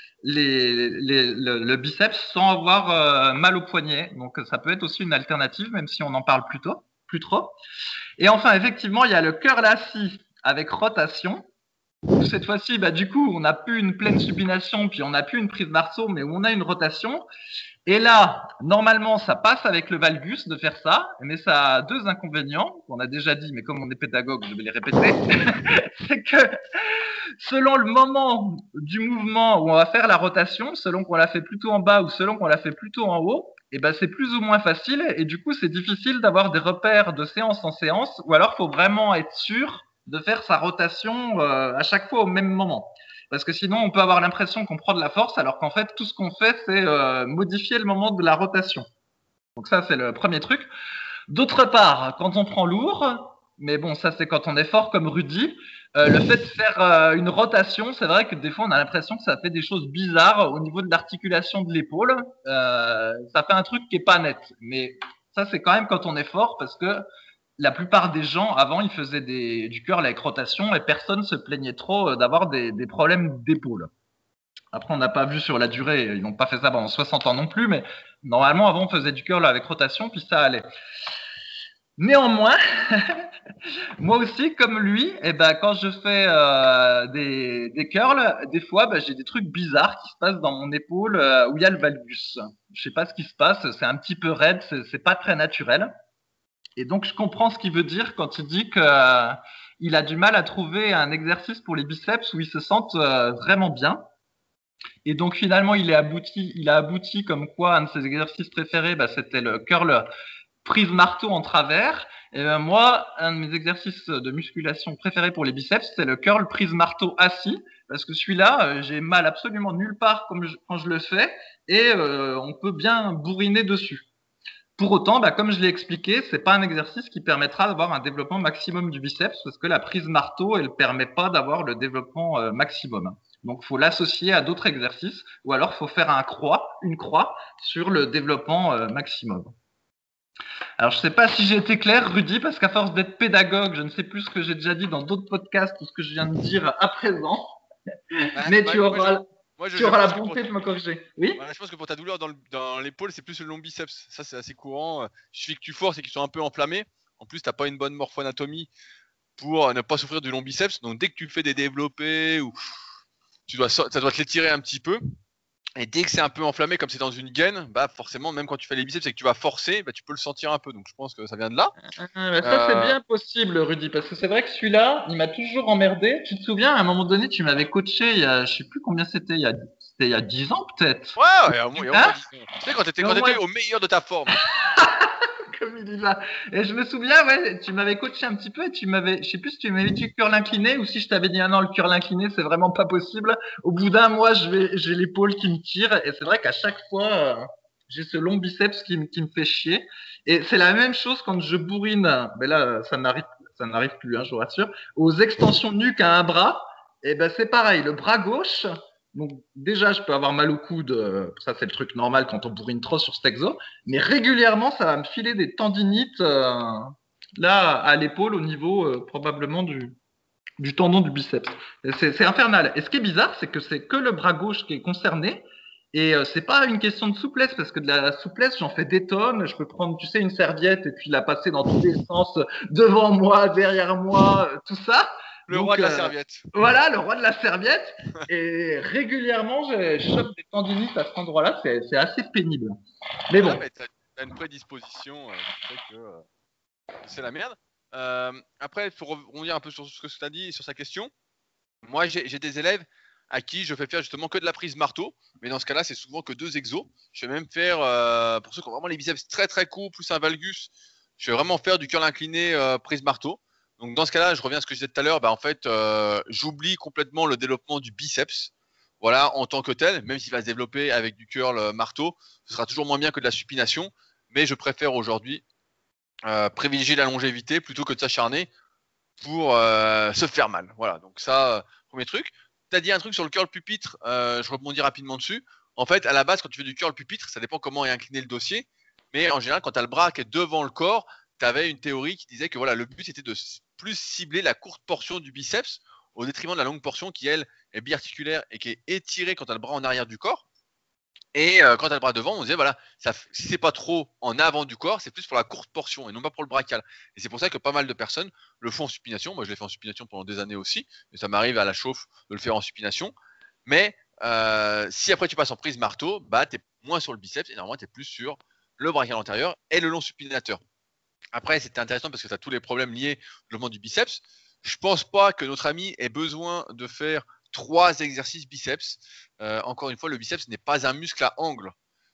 Speaker 2: les, les, le, le biceps sans avoir euh, mal au poignet. Donc, ça peut être aussi une alternative, même si on en parle plus tôt, plus trop. Et enfin, effectivement, il y a le curl assis avec rotation. Cette fois-ci, bah, du coup, on n'a plus une pleine supination, puis on n'a plus une prise marteau, mais où on a une rotation. Et là, normalement, ça passe avec le valgus de faire ça, mais ça a deux inconvénients, qu'on a déjà dit, mais comme on est pédagogue, je vais les répéter. C'est que selon le moment du mouvement où on va faire la rotation, selon qu'on la fait plutôt en bas ou selon qu'on la fait plutôt en haut, et ben c'est plus ou moins facile, et du coup, c'est difficile d'avoir des repères de séance en séance, ou alors il faut vraiment être sûr de faire sa rotation euh, à chaque fois au même moment. Parce que sinon, on peut avoir l'impression qu'on prend de la force, alors qu'en fait, tout ce qu'on fait, c'est euh, modifier le moment de la rotation. Donc ça, c'est le premier truc. D'autre part, quand on prend lourd, mais bon, ça c'est quand on est fort comme Rudy, euh, le fait de faire euh, une rotation, c'est vrai que des fois, on a l'impression que ça fait des choses bizarres au niveau de l'articulation de l'épaule. Euh, ça fait un truc qui est pas net. Mais ça, c'est quand même quand on est fort, parce que la plupart des gens, avant, ils faisaient des, du curl avec rotation et personne se plaignait trop d'avoir des, des problèmes d'épaule. Après, on n'a pas vu sur la durée, ils n'ont pas fait ça pendant soixante ans non plus, mais normalement, avant, on faisait du curl avec rotation, puis ça allait. Néanmoins, moi aussi, comme lui, eh ben, quand je fais euh, des, des curls, des fois, ben, j'ai des trucs bizarres qui se passent dans mon épaule euh, où il y a le valgus. Je sais pas ce qui se passe, c'est un petit peu raide, c'est, c'est pas très naturel. Et donc, je comprends ce qu'il veut dire quand il dit qu'il euh, a du mal à trouver un exercice pour les biceps où il se sente euh, vraiment bien. Et donc, finalement, il, est abouti, il a abouti comme quoi un de ses exercices préférés, bah, c'était le curl prise marteau en travers. Et ben, moi, un de mes exercices de musculation préférés pour les biceps, c'est le curl prise marteau assis. Parce que celui-là, euh, j'ai mal absolument nulle part comme je, quand je le fais. Et euh, on peut bien bourriner dessus. Pour autant, bah, comme je l'ai expliqué, c'est pas un exercice qui permettra d'avoir un développement maximum du biceps parce que la prise marteau, elle permet pas d'avoir le développement euh, maximum. Donc, faut l'associer à d'autres exercices ou alors faut faire un croix, une croix sur le développement euh, maximum. Alors, je sais pas si j'ai été clair, Rudy, parce qu'à force d'être pédagogue, je ne sais plus ce que j'ai déjà dit dans d'autres podcasts ou ce que je viens de dire à présent.
Speaker 1: Ah,
Speaker 2: Mais
Speaker 1: bah,
Speaker 2: tu
Speaker 1: moi,
Speaker 2: auras,
Speaker 1: je, moi, je,
Speaker 2: tu
Speaker 1: je
Speaker 2: auras la
Speaker 1: pense que pour,
Speaker 2: bonté de me corriger. Oui.
Speaker 1: voilà, je pense que pour ta douleur dans, le- dans l'épaule, c'est plus le long biceps. Ça, c'est assez courant. Il suffit que tu forces et qu'ils soient un peu enflammés. En plus, t'as pas une bonne morphoanatomie pour ne pas souffrir du long biceps. Donc, dès que tu fais des développés ou tu dois, so- ça doit te l'étirer un petit peu. Et dès que c'est un peu enflammé, comme c'est dans une gaine, bah forcément, même quand tu fais les biceps et que tu vas forcer, bah tu peux le sentir un peu. Donc je pense que ça vient de là.
Speaker 2: Ah, bah ça, c'est
Speaker 1: Euh,
Speaker 2: bien possible, Rudy, parce que c'est vrai que celui-là, il m'a toujours emmerdé. Tu te souviens, à un moment donné, tu m'avais coaché, il y a, je sais plus combien c'était, il y a, c'était il y a dix ans peut-être.
Speaker 1: Ouais, ouais, il y a au moins, il y a au
Speaker 2: Hein?
Speaker 1: moins dix ans. Tu sais, quand t'étais,
Speaker 2: Il y a
Speaker 1: quand
Speaker 2: au moins-
Speaker 1: t'étais au meilleur de ta forme.
Speaker 2: Comme il y va. Et je me souviens, ouais, tu m'avais coaché un petit peu et tu m'avais, je sais plus si tu m'avais dit curl incliné ou si je t'avais dit, ah non, le curl incliné, c'est vraiment pas possible. Au bout d'un mois, je vais, j'ai l'épaule qui me tire et c'est vrai qu'à chaque fois, euh, j'ai ce long biceps qui, me- qui me fait chier. Et c'est la même chose quand je bourrine, mais là, ça n'arrive, ça n'arrive plus, hein, je vous rassure, aux extensions nuque à un bras. Et ben, c'est pareil, le bras gauche, donc déjà, je peux avoir mal au coude, euh, ça c'est le truc normal quand on bourrine trop sur cet exo, mais régulièrement, ça va me filer des tendinites euh, là à l'épaule au niveau euh, probablement du, du tendon du biceps. Et C'est, c'est infernal. Et ce qui est bizarre, c'est que c'est que le bras gauche qui est concerné. Et euh, c'est pas une question de souplesse, parce que de la souplesse, j'en fais des tonnes. Je peux prendre, tu sais, une serviette et puis la passer dans tous les sens, devant moi, derrière moi, euh, tout ça.
Speaker 1: Le
Speaker 2: Donc,
Speaker 1: roi de la
Speaker 2: euh,
Speaker 1: serviette.
Speaker 2: Voilà, le roi de la serviette. Et régulièrement, je chope des tendinites à cet endroit-là. C'est, c'est assez pénible. Mais
Speaker 1: Ah,
Speaker 2: bon.
Speaker 1: mais t'as as une prédisposition euh, qui fait que, euh, que c'est la merde. Euh, après, il faut revenir un peu sur ce que tu as dit et sur sa question. Moi, j'ai j'ai des élèves à qui je fais faire justement que de la prise marteau, mais dans ce cas-là, c'est souvent que deux exos. Je vais même faire, euh, pour ceux qui ont vraiment les biceps très très courts, plus un valgus, je vais vraiment faire du curl incliné euh, prise marteau. Donc dans ce cas-là, je reviens à ce que je disais tout à l'heure, bah, en fait, euh, j'oublie complètement le développement du biceps. Voilà, en tant que tel, même s'il va se développer avec du curl euh, marteau, ce sera toujours moins bien que de la supination, mais je préfère aujourd'hui euh, privilégier la longévité plutôt que de s'acharner pour euh, se faire mal. Voilà, donc ça, euh, premier truc. Tu as dit un truc sur le curl pupitre, euh, je rebondis rapidement dessus. En fait, à la base, quand tu fais du curl pupitre, ça dépend comment est incliné le dossier, mais en général, quand tu as le bras qui est devant le corps, tu avais une théorie qui disait que voilà, le but c'était de plus cibler la courte portion du biceps au détriment de la longue portion qui, elle, est biarticulaire et qui est étirée quand tu as le bras en arrière du corps. Et euh, quand tu as le bras devant, on disait voilà, ça, si c'est pas trop en avant du corps, c'est plus pour la courte portion et non pas pour le brachial. Et c'est pour ça que pas mal de personnes le font en supination. Moi, je l'ai fait en supination pendant des années aussi, et ça m'arrive à la chauffe de le faire en supination. Mais euh, si après tu passes en prise marteau, bah tu es moins sur le biceps et normalement tu es plus sur le brachial antérieur et le long supinateur. Après, c'était intéressant parce que tu as tous les problèmes liés au développement du biceps. Je pense pas que notre ami ait besoin de faire trois exercices biceps. Euh, encore une fois, le biceps n'est pas un muscle à angle.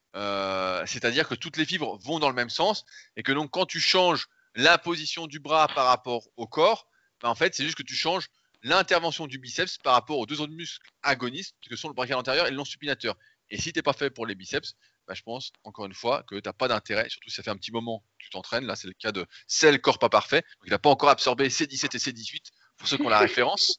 Speaker 1: Euh, c'est-à-dire que toutes les fibres vont dans le même sens et que donc quand tu changes la position du bras par rapport au corps, ben en fait, c'est juste que tu changes l'intervention du biceps par rapport aux deux autres muscles agonistes que sont le brachial antérieur et le long supinateur. Et si tu n'es pas fait pour les biceps, bah, je pense, encore une fois, que tu n'as pas d'intérêt, surtout si ça fait un petit moment que tu t'entraînes. Là, c'est le cas de Cell Corps Pas Parfait. Donc, il n'a pas encore absorbé C dix-sept et C dix-huit pour ceux qui ont la référence.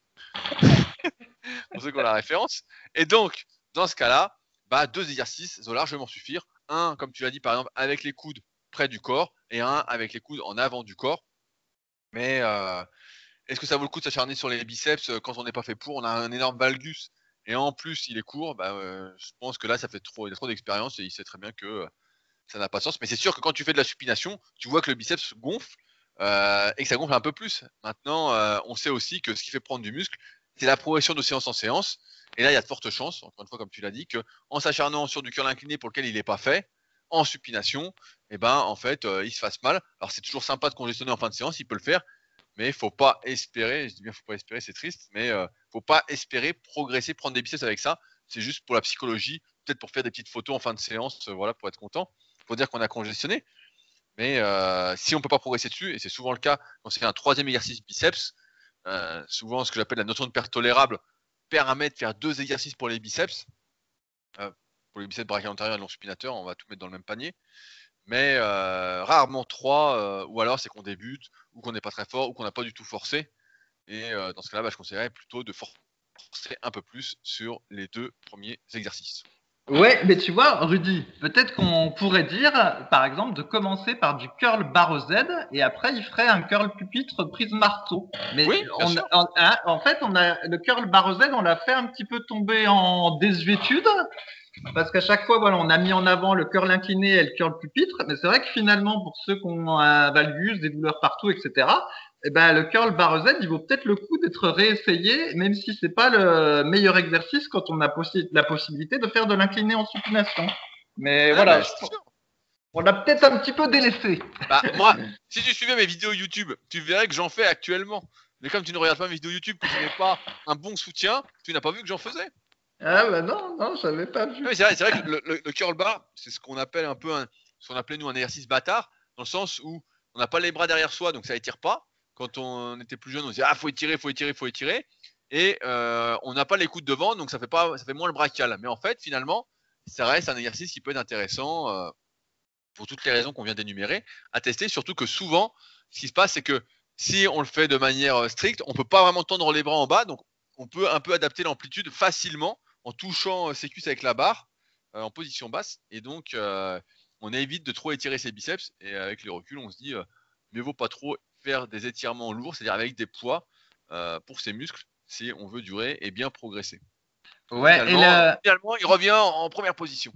Speaker 1: pour ceux qui ont la référence. Et donc, dans ce cas-là, bah, deux exercices zo largement suffire. Un, comme tu l'as dit, par exemple, avec les coudes près du corps et un avec les coudes en avant du corps. Mais euh, est-ce que ça vaut le coup de s'acharner sur les biceps quand on n'est pas fait pour? On a un énorme valgus et en plus il est court. Bah, euh, je pense que là, ça fait trop, il a trop d'expérience et il sait très bien que euh, ça n'a pas de sens. Mais c'est sûr que quand tu fais de la supination, tu vois que le biceps gonfle euh, et que ça gonfle un peu plus. Maintenant, euh, on sait aussi que ce qui fait prendre du muscle, c'est la progression de séance en séance. Et là, il y a de fortes chances, encore une fois, comme tu l'as dit, qu'en s'acharnant sur du curl incliné pour lequel il n'est pas fait, en supination, eh ben, en fait, euh, il se fasse mal. Alors, c'est toujours sympa de congestionner en fin de séance, il peut le faire, mais il faut pas espérer, je dis bien faut pas espérer, c'est triste, mais euh, faut pas espérer progresser, prendre des biceps avec ça. C'est juste pour la psychologie, peut-être pour faire des petites photos en fin de séance, euh, voilà, pour être content, pour dire qu'on a congestionné. Mais euh, si on peut pas progresser dessus, et c'est souvent le cas quand c'est un troisième exercice biceps, euh, souvent ce que j'appelle la notion de perte tolérable permet de faire deux exercices pour les biceps. Euh, pour les biceps brachial antérieur et long supinateur, on va tout mettre dans le même panier. Mais euh, rarement trois, euh, ou alors c'est qu'on débute, ou qu'on n'est pas très fort, ou qu'on n'a pas du tout forcé. Et euh, dans ce cas-là, bah, je conseillerais plutôt de forcer un peu plus sur les deux premiers exercices.
Speaker 2: Ouais, mais tu vois, Rudy, peut-être qu'on pourrait dire, par exemple, de commencer par du curl barre Z et après il ferait un curl pupitre prise marteau. Mais
Speaker 1: Oui, bien
Speaker 2: on,
Speaker 1: sûr.
Speaker 2: en, hein, en fait, on a le curl barre Z, on l'a fait un petit peu tomber en désuétude parce qu'à chaque fois, voilà, on a mis en avant le curl incliné et le curl pupitre. Mais c'est vrai que finalement, pour ceux qui ont un valgus, des douleurs partout, et cetera, eh ben, le curl barre Z, il vaut peut-être le coup d'être réessayé, même si c'est pas le meilleur exercice quand on a possi- la possibilité de faire de l'incliné en supination. Mais
Speaker 1: Ah,
Speaker 2: voilà,
Speaker 1: bah,
Speaker 2: je
Speaker 1: c'est
Speaker 2: pense-
Speaker 1: sûr.
Speaker 2: on l'a peut-être un petit peu délaissé.
Speaker 1: Bah, moi, si tu suivais mes vidéos YouTube, tu verrais que j'en fais actuellement. Mais comme tu ne regardes pas mes vidéos YouTube, que tu n'es pas un bon soutien, tu n'as pas vu que j'en faisais.
Speaker 2: Ah bah non, non, je l'avais pas vu.
Speaker 1: Ah, mais c'est vrai, c'est vrai que le, le, le curl bar, c'est ce qu'on appelle un peu un, ce qu'on appelait nous un exercice bâtard, dans le sens où on n'a pas les bras derrière soi, donc ça étire pas. Quand on était plus jeune, on disait ah faut étirer, faut étirer, faut étirer, et euh, on n'a pas les coudes devant, donc ça fait pas, ça fait moins le brachial. Mais en fait, finalement, ça reste un exercice qui peut être intéressant euh, pour toutes les raisons qu'on vient d'énumérer à tester. Surtout que souvent, ce qui se passe, c'est que si on le fait de manière stricte, on peut pas vraiment tendre les bras en bas, donc on peut un peu adapter l'amplitude facilement en touchant ses cuisses avec la barre euh, en position basse. Et donc, euh, on évite de trop étirer ses biceps. Et avec les reculs, on se dit, euh, mieux vaut pas trop faire des étirements lourds, c'est-à-dire avec des poids euh, pour ses muscles, si on veut durer et bien progresser. Donc
Speaker 2: Ouais, et
Speaker 1: finalement,
Speaker 2: le,
Speaker 1: finalement, il revient en première position.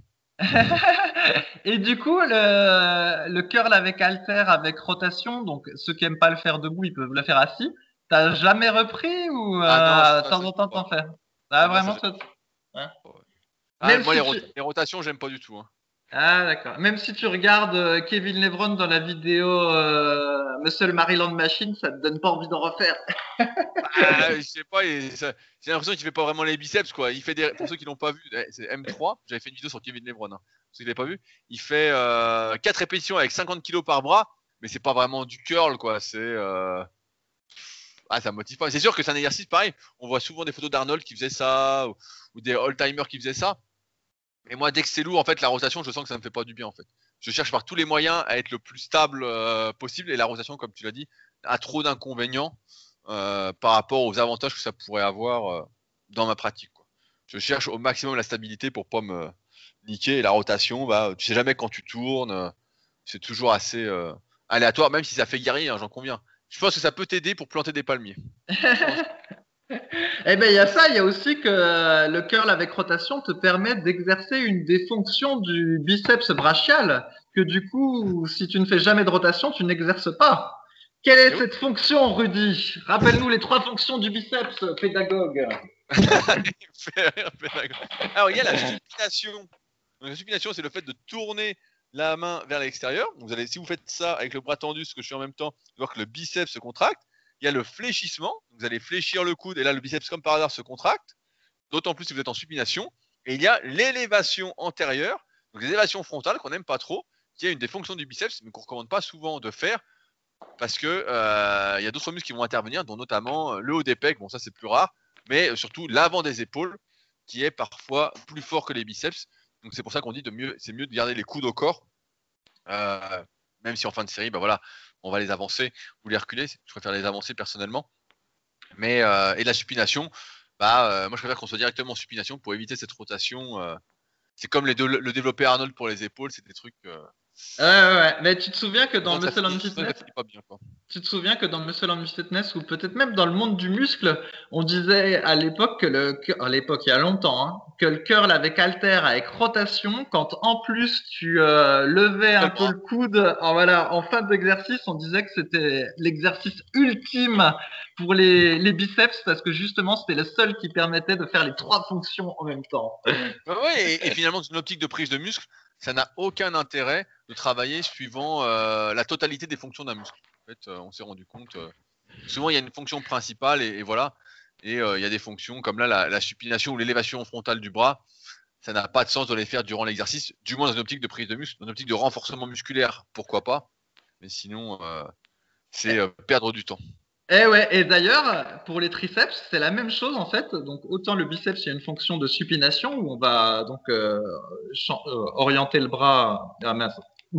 Speaker 2: et du coup, le, le curl avec haltère, avec rotation, donc ceux qui aiment pas le faire debout, ils peuvent le faire assis. T'as jamais repris ou euh,
Speaker 1: Ah
Speaker 2: de
Speaker 1: non,
Speaker 2: temps
Speaker 1: ça,
Speaker 2: en temps
Speaker 1: ça,
Speaker 2: t'en fais? Ah
Speaker 1: ah, non, ça,
Speaker 2: vraiment
Speaker 1: j'aime
Speaker 2: toi, ouais.
Speaker 1: pas. Ah,
Speaker 2: Même
Speaker 1: moi, les,
Speaker 2: si
Speaker 1: rot-
Speaker 2: tu
Speaker 1: les rotations, j'aime pas du tout. Hein.
Speaker 2: ah d'accord. Même si tu regardes euh, Kevin Lebron dans la vidéo euh, Muscle Maryland Machine, ça te donne pas envie d'en refaire.
Speaker 1: Ah, je sais pas, et ça- j'ai l'impression qu'il fait pas vraiment les biceps, quoi. Il fait des, pour ceux qui l'ont pas vu, eh, c'est M trois. J'avais fait une vidéo sur Kevin Lebron, hein. Pour ceux qui l'avaient pas vu, il fait euh, quatre répétitions avec cinquante kilos par bras, mais c'est pas vraiment du curl, quoi. C'est euh... ah, ça me motive pas. C'est sûr que c'est un exercice pareil. On voit souvent des photos d'Arnold qui faisait ça, ou, ou des old-timers qui faisaient ça. Et moi, dès que c'est lourd, en fait, la rotation, je sens que ça me fait pas du bien, en fait. Je cherche par tous les moyens à être le plus stable euh, possible, et la rotation, comme tu l'as dit, a trop d'inconvénients euh, par rapport aux avantages que ça pourrait avoir euh, dans ma pratique, quoi. Je cherche au maximum la stabilité pour pas me niquer, et la rotation, bah, tu sais jamais quand tu tournes, euh, c'est toujours assez euh, aléatoire, même si ça fait guerrier, hein, j'en conviens. Je pense que ça peut t'aider pour planter des palmiers. Je pense.
Speaker 2: Eh ben il y a ça, il y a aussi que euh, le curl avec rotation te permet d'exercer une des fonctions du biceps brachial que du coup, si tu ne fais jamais de rotation, tu n'exerces pas. Quelle est
Speaker 1: Et oui.
Speaker 2: cette fonction, Rudy? Rappelle-nous les trois fonctions du biceps, pédagogue.
Speaker 1: Alors, il y a la supination. Donc, la supination, c'est le fait de tourner la main vers l'extérieur. Vous allez, si vous faites ça avec le bras tendu, ce que je fais en même temps, vous allez voir que le biceps se contracte. Il y a le fléchissement. Vous allez fléchir le coude et là, le biceps, comme par hasard, se contracte. D'autant plus si vous êtes en supination. Et il y a l'élévation antérieure, donc les élévations frontales qu'on n'aime pas trop, qui est une des fonctions du biceps, mais qu'on ne recommande pas souvent de faire parce que euh, il y a d'autres muscles qui vont intervenir, dont notamment le haut des pecs. Bon, ça c'est plus rare, mais surtout l'avant des épaules, qui est parfois plus fort que les biceps. Donc c'est pour ça qu'on dit de mieux, c'est mieux de garder les coudes au corps, euh, même si en fin de série, bah voilà, on va les avancer ou les reculer. Je préfère les avancer personnellement. Mais euh, et la supination, bah euh, moi je préfère qu'on soit directement en supination pour éviter cette rotation. Euh, c'est comme les deux, le développé Arnold pour les épaules, c'est des trucs. Euh,
Speaker 2: Ouais, ouais, ouais. Mais tu te souviens que dans
Speaker 1: sinon ça
Speaker 2: Muscle and
Speaker 1: finit, sinon ça
Speaker 2: Fitness,
Speaker 1: finit pas bien, quoi.
Speaker 2: tu te souviens que dans Muscle and Fitness, ou peut-être même dans le monde du muscle, on disait à l'époque que le, à l'époque il y a longtemps, hein, que le curl avec halter, avec rotation, quand en plus tu euh, levais
Speaker 1: Fais
Speaker 2: un
Speaker 1: le
Speaker 2: peu
Speaker 1: bras.
Speaker 2: le coude, en, voilà, en fin d'exercice, on disait que c'était l'exercice ultime pour les, les biceps parce que justement c'était le seul qui permettait de faire les trois fonctions en même temps.
Speaker 1: Ouais, ouais, et, et finalement, dans une optique de prise de muscle, ça n'a aucun intérêt de travailler suivant euh, la totalité des fonctions d'un muscle. En fait, euh, on s'est rendu compte. Euh, souvent, il y a une fonction principale et, et voilà. Et euh, il y a des fonctions comme là, la, la supination ou l'élévation frontale du bras. Ça n'a pas de sens de les faire durant l'exercice, du moins dans une optique de prise de muscle, dans une optique de renforcement musculaire, pourquoi pas. Mais sinon, euh, c'est euh, perdre du temps.
Speaker 2: Et ouais, et d'ailleurs, pour les triceps, c'est la même chose en fait. Donc autant le biceps, il y a une fonction de supination où on va donc euh, chan- euh, orienter le bras. Ah mince.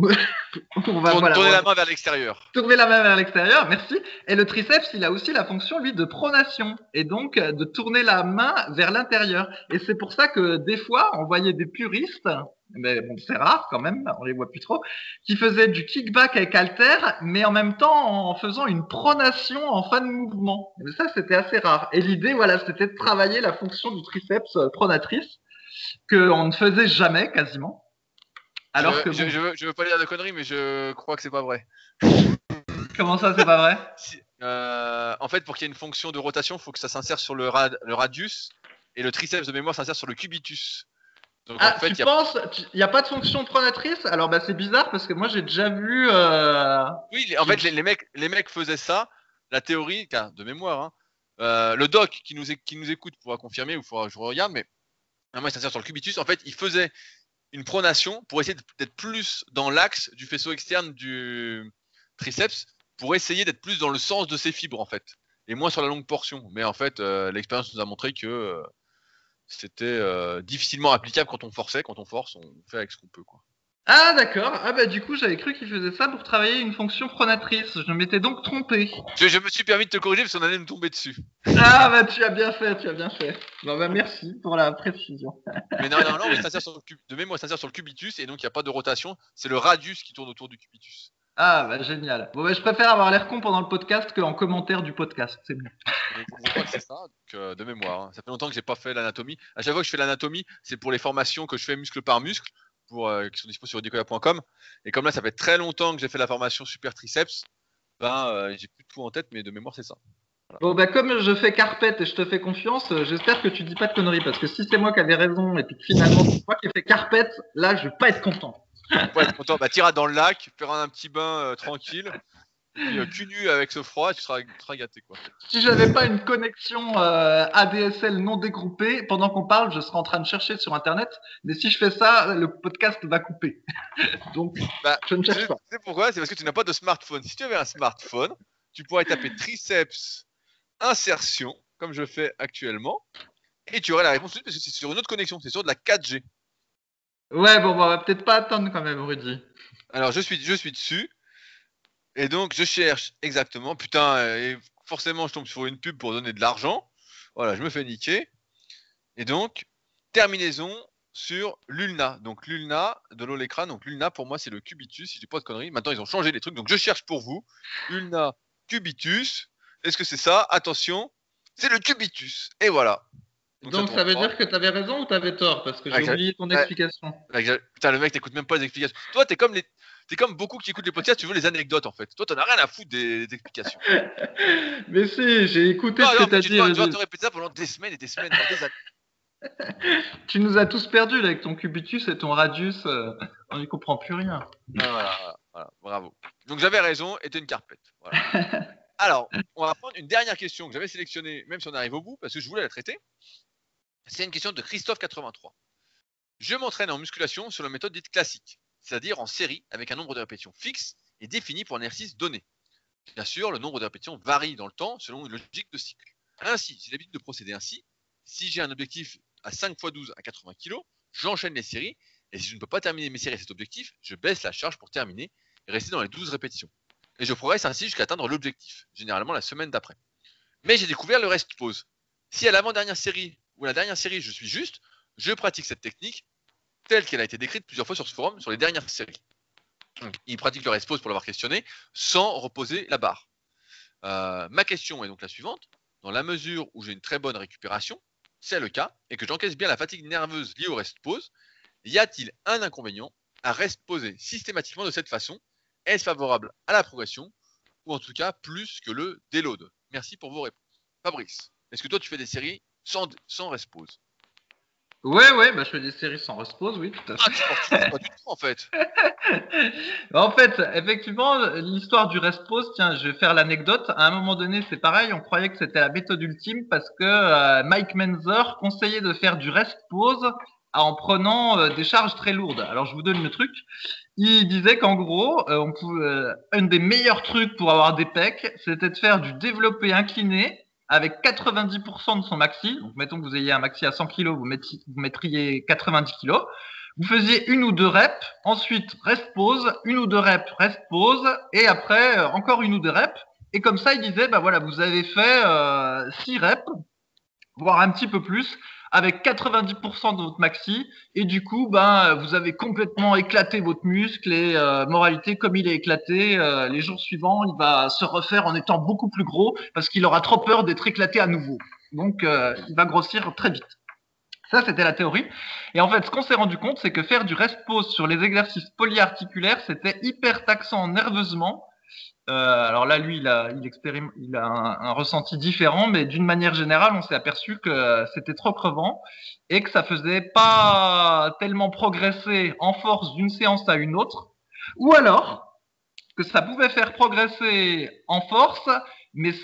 Speaker 2: On va
Speaker 1: Tourne-
Speaker 2: voilà,
Speaker 1: tourner
Speaker 2: on va
Speaker 1: la main vers l'extérieur.
Speaker 2: tourner la main vers l'extérieur. Merci. Et le triceps, il a aussi la fonction lui de pronation et donc euh, de tourner la main vers l'intérieur. Et c'est pour ça que des fois, on voyait des puristes. Mais bon, c'est rare quand même, on les voit plus trop, qui faisaient du kickback avec halter, mais en même temps en faisant une pronation en fin de mouvement. Mais ça, c'était assez rare. Et l'idée, voilà, c'était de travailler la fonction du triceps euh, pronatrice, qu'on ne faisait jamais quasiment.
Speaker 1: Je,
Speaker 2: Alors que
Speaker 1: je,
Speaker 2: bon,
Speaker 1: je, veux, je veux pas dire de conneries, mais je crois que c'est pas vrai.
Speaker 2: comment ça, c'est pas vrai?
Speaker 1: Si, euh, en fait, pour qu'il y ait une fonction de rotation, il faut que ça s'insère sur le, rad, le radius et le triceps de mémoire s'insère sur le cubitus. Donc en
Speaker 2: Ah,
Speaker 1: fait,
Speaker 2: tu
Speaker 1: il y a...
Speaker 2: penses, il n'y a pas de fonction pronatrice? Alors bah c'est bizarre parce que moi j'ai déjà vu. Euh,
Speaker 1: Oui, les- en
Speaker 2: j'ai-
Speaker 1: fait, les, les mecs, les mecs faisaient ça. La théorie, car de mémoire, hein, euh, le doc qui nous, é- qui nous écoute pourra confirmer ou faudra que je regarde, mais ah, moi, il s'insère sur le cubitus. En fait, il faisait une pronation pour essayer d'être plus dans l'axe du faisceau externe du triceps, pour essayer d'être plus dans le sens de ses fibres, en fait, et moins sur la longue portion. Mais en fait, euh, l'expérience nous a montré que euh, c'était euh, difficilement applicable quand on forçait. Quand on force, on fait avec ce qu'on peut, quoi.
Speaker 2: Ah d'accord. Ah bah du coup j'avais cru qu'il faisait ça pour travailler une fonction pronatrice. Je m'étais donc trompé.
Speaker 1: Je, je me suis permis de te corriger parce qu'on allait me tomber dessus.
Speaker 2: Ah bah tu as bien fait, tu as bien fait. Bon bah merci pour la précision.
Speaker 1: Mais non, non, non, oui, ça sert sur le cub... de mémoire, ça sert sur le cubitus et donc il n'y a pas de rotation. C'est le radius qui tourne autour du cubitus.
Speaker 2: Ah bah génial. Bon bah je préfère avoir l'air con pendant le podcast qu'en commentaire du podcast, c'est mieux.
Speaker 1: Et je crois que c'est ça, donc, euh, de mémoire. Hein. Ça fait longtemps que j'ai pas fait l'anatomie. À chaque fois que je fais l'anatomie, c'est pour les formations que je fais muscle par muscle, pour, euh, qui sont disponibles sur rudicola point com. Et comme là, ça fait très longtemps que j'ai fait la formation super triceps, ben, euh, j'ai plus de tout en tête, mais de mémoire, c'est ça.
Speaker 2: Bon, bah, comme je fais carpette et je te fais confiance, euh, j'espère que tu dis pas de conneries. Parce que si c'est moi qui avais raison et puis que finalement c'est moi qui ai fait carpette, là, je vais pas être content.
Speaker 1: Pour être content, bah t'iras dans le lac, faire un petit bain euh, tranquille, et puis euh, cul nu avec ce froid, tu seras, tu seras gâté quoi.
Speaker 2: Si j'avais pas une connexion euh, A D S L non dégroupée, pendant qu'on parle, je serais en train de chercher sur Internet. Mais si je fais ça, le podcast va couper. Donc,
Speaker 1: Bah,
Speaker 2: je ne
Speaker 1: tu
Speaker 2: cherche
Speaker 1: sais
Speaker 2: pas.
Speaker 1: tu sais pourquoi? C'est parce que tu n'as pas de smartphone. Si tu avais un smartphone, tu pourrais taper triceps insertion, comme je fais actuellement, et tu aurais la réponse tout de suite parce que c'est sur une autre connexion, c'est sur de la quatre G.
Speaker 2: Ouais, bon, bah, on va peut-être pas attendre quand même, Rudy.
Speaker 1: Alors je suis, je suis dessus, et donc je cherche exactement. Putain, euh, et forcément je tombe sur une pub pour donner de l'argent. Voilà, je me fais niquer. Et donc, terminaison sur l'ulna. Donc l'ulna de l'olécrane. Donc l'ulna pour moi c'est le cubitus, si je dis pas de conneries. Maintenant ils ont changé les trucs, donc je cherche pour vous. Ulna cubitus. Est-ce que c'est ça? Attention, c'est le cubitus. Et voilà. Donc,
Speaker 2: Donc,
Speaker 1: ça
Speaker 2: ça veut
Speaker 1: tourne
Speaker 2: dire que t'avais raison ou t'avais tort? Parce que
Speaker 1: pas.
Speaker 2: j'ai
Speaker 1: Avec-
Speaker 2: oublié ton
Speaker 1: ouais,
Speaker 2: explication.
Speaker 1: avec- Putain, le mec t'écoute même pas les explications. Toi t'es comme les. T'es comme beaucoup qui écoutent les podcasts, tu veux les anecdotes en fait. Toi t'en as rien à foutre des, des explications.
Speaker 2: Mais si, j'ai écouté
Speaker 1: Non,
Speaker 2: ce
Speaker 1: non,
Speaker 2: que
Speaker 1: mais
Speaker 2: t'as
Speaker 1: tu
Speaker 2: dit,
Speaker 1: dois, tu dois
Speaker 2: Rudy.
Speaker 1: te répéter ça pendant des semaines et des semaines, voire des années.
Speaker 2: Tu nous as tous perdus là, avec ton cubitus et ton radius. euh, on n'y comprend plus rien.
Speaker 1: Ah, voilà, voilà, voilà, bravo. Donc j'avais raison, et t'es une carpette. Voilà. Alors, on va prendre une dernière question que j'avais sélectionnée, même si on arrive au bout, parce que je voulais la traiter. C'est une question de Christophe quatre-vingt-trois. Je m'entraîne en musculation sur la méthode dite classique, c'est-à-dire en série avec un nombre de répétitions fixe et défini pour un exercice donné. Bien sûr, le nombre de répétitions varie dans le temps selon une logique de cycle. Ainsi, j'ai l'habitude de procéder ainsi. Si j'ai un objectif à cinq fois douze à quatre-vingts kilos, j'enchaîne les séries, et si je ne peux pas terminer mes séries à cet objectif, je baisse la charge pour terminer et rester dans les douze répétitions. Et je progresse ainsi jusqu'à atteindre l'objectif, généralement la semaine d'après. Mais j'ai découvert le rest pause. Si à l'avant-dernière série ou à la dernière série je suis juste, je pratique cette technique telle qu'elle a été décrite plusieurs fois sur ce forum sur les dernières séries. Donc, il pratique le rest pause pour l'avoir questionné sans reposer la barre. Euh, ma question est donc la suivante. Dans la mesure où j'ai une très bonne récupération, c'est le cas, et que j'encaisse bien la fatigue nerveuse liée au rest pause, y a-t-il un inconvénient à rest poser systématiquement de cette façon? Est-ce favorable à la progression, ou en tout cas plus que le déload? Merci pour vos réponses. Fabrice, est-ce que toi tu fais des séries sans, sans rest pause?
Speaker 2: Ouais, ouais, bah je fais des séries sans repose, oui, tout à fait.
Speaker 1: Ah, tu portes pas du tout en fait.
Speaker 2: En fait, effectivement, l'histoire du rest pause, tiens, je vais faire l'anecdote. À un moment donné, c'est pareil, on croyait que c'était la méthode ultime parce que euh, Mike Menzer conseillait de faire du rest pause en prenant euh, des charges très lourdes. Alors, je vous donne le truc. Il disait qu'en gros, euh, on pouvait, euh, un des meilleurs trucs pour avoir des pecs, c'était de faire du développé incliné avec quatre-vingt-dix pour cent de son maxi. Donc, mettons que vous ayez un maxi à cent kilos, vous, mettiez, vous mettriez quatre-vingt-dix kilos. Vous faisiez une ou deux reps, ensuite rest pause, une ou deux reps, rest pause, et après euh, encore une ou deux reps. Et comme ça, il disait, bah voilà, vous avez fait euh, six reps, voire un petit peu plus, avec quatre-vingt-dix pour cent de votre maxi, et du coup, ben, vous avez complètement éclaté votre muscle, et euh, moralité, comme il est éclaté, euh, les jours suivants, il va se refaire en étant beaucoup plus gros, parce qu'il aura trop peur d'être éclaté à nouveau. Donc, euh, il va grossir très vite. Ça, c'était la théorie. Et en fait, ce qu'on s'est rendu compte, c'est que faire du rest pause sur les exercices polyarticulaires, c'était hyper taxant nerveusement. Euh, alors là, lui, il a, il expérime, il a un, un ressenti différent, mais d'une manière générale, on s'est aperçu que c'était trop crevant et que ça faisait pas tellement progresser en force d'une séance à une autre. Ou alors, que ça pouvait faire progresser en force, mais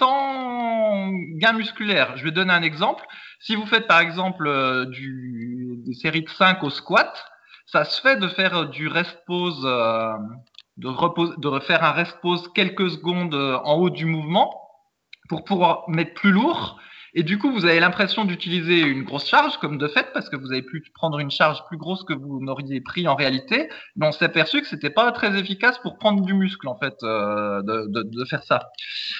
Speaker 2: sans gain musculaire. Je vais donner un exemple. Si vous faites par exemple euh, du, des séries de cinq au squat, ça se fait de faire du rest pause, euh, de, repose, de refaire un rest pause quelques secondes en haut du mouvement pour pouvoir mettre plus lourd. Et du coup, vous avez l'impression d'utiliser une grosse charge, comme de fait, parce que vous avez pu prendre une charge plus grosse que vous n'auriez pris en réalité. Mais on s'est aperçu que c'était pas très efficace pour prendre du muscle, en fait, euh, de, de, de faire ça.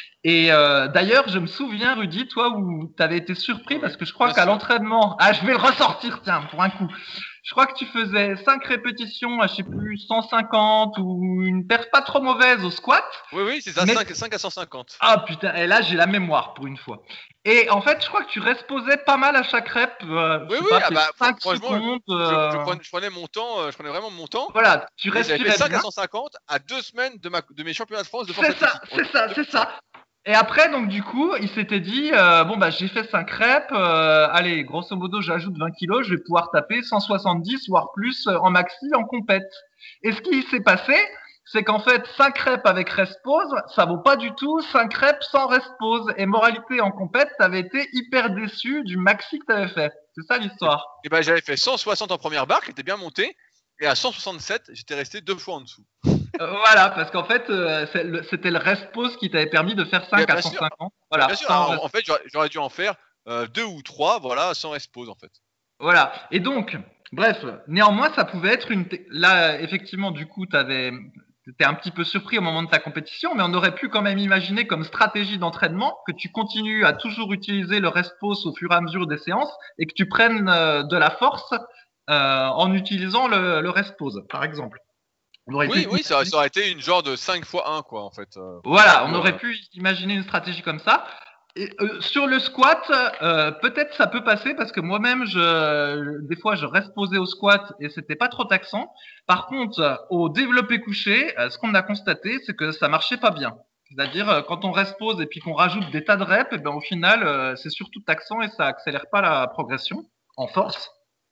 Speaker 2: Et euh, d'ailleurs, je me souviens, Rudy, toi, où tu avais été surpris,
Speaker 1: Oui,
Speaker 2: parce que je crois
Speaker 1: bien
Speaker 2: qu'à
Speaker 1: sûr.
Speaker 2: l'entraînement, ah, je vais le ressortir, tiens, pour un coup. Je crois que tu faisais cinq répétitions à, je sais plus, cent cinquante ou une perf pas trop mauvaise au squat.
Speaker 1: Oui, oui, c'est ça,
Speaker 2: Mais-
Speaker 1: cinq, cinq à cent cinquante.
Speaker 2: Ah putain, et là j'ai la mémoire pour une fois. Et en fait, je crois que tu resposais pas mal à chaque rep. Euh,
Speaker 1: Oui,
Speaker 2: je sais
Speaker 1: oui,
Speaker 2: pas,
Speaker 1: ah
Speaker 2: c'est
Speaker 1: bah,
Speaker 2: cinq
Speaker 1: franchement,
Speaker 2: secondes.
Speaker 1: je,
Speaker 2: euh,
Speaker 1: je prenais, je prenais mon temps, euh, je prenais vraiment mon temps.
Speaker 2: Voilà, tu
Speaker 1: Et j'avais fait
Speaker 2: respirais
Speaker 1: cinq à
Speaker 2: bien.
Speaker 1: cent cinquante à deux semaines de, ma, de mes championnats de France de force
Speaker 2: C'est ça,
Speaker 1: athlétique.
Speaker 2: c'est ça, c'est ça. Et après, donc du coup, il s'était dit, euh, bon bah j'ai fait cinq reps, euh, allez, grosso modo, j'ajoute vingt kilos, je vais pouvoir taper cent soixante-dix, voire plus euh, en maxi, en compète. Et ce qui s'est passé, c'est qu'en fait, cinq reps avec rest pause, ça vaut pas du tout cinq reps sans rest pause. Et moralité, en compète, t'avais été hyper déçu du maxi que t'avais fait. C'est ça l'histoire.
Speaker 1: Et ben j'avais fait cent soixante en première barre, qui était bien montée, et à cent soixante-sept, j'étais resté deux fois en dessous.
Speaker 2: Euh, voilà, parce qu'en fait, euh, c'est le- c'était le rest pause qui t'avait permis de faire cinq
Speaker 1: Mais
Speaker 2: à
Speaker 1: bien sûr,
Speaker 2: cent cinquante. Voilà,
Speaker 1: bien sûr.
Speaker 2: sans
Speaker 1: Alors,
Speaker 2: rest.
Speaker 1: en fait, j'aurais, j'aurais dû en faire euh, deux ou trois, voilà, sans rest pause en fait.
Speaker 2: Voilà. Et donc, bref, néanmoins, ça pouvait être une. T- Là, effectivement, du coup, t'avais. T'étais un petit peu surpris au moment de ta compétition, mais on aurait pu quand même imaginer comme stratégie d'entraînement que tu continues à toujours utiliser le rest pause au fur et à mesure des séances et que tu prennes euh, de la force euh, en utilisant le, le rest pause, par exemple. On aurait pu
Speaker 1: Oui, oui, ça, ça aurait été une genre de cinq fois un quoi en fait. euh,
Speaker 2: Voilà, on
Speaker 1: ou,
Speaker 2: aurait
Speaker 1: euh,
Speaker 2: pu imaginer une stratégie comme ça. Et, euh, sur le squat, euh, peut-être ça peut passer parce que moi-même, je, des fois, je reste posé au squat et c'était pas trop taxant. Par contre, au développé couché, euh, ce qu'on a constaté, c'est que ça marchait pas bien. C'est-à-dire, euh, quand on reste pose et puis qu'on rajoute des tas de reps, et ben, au final, euh, c'est surtout taxant et ça accélère pas la progression en force.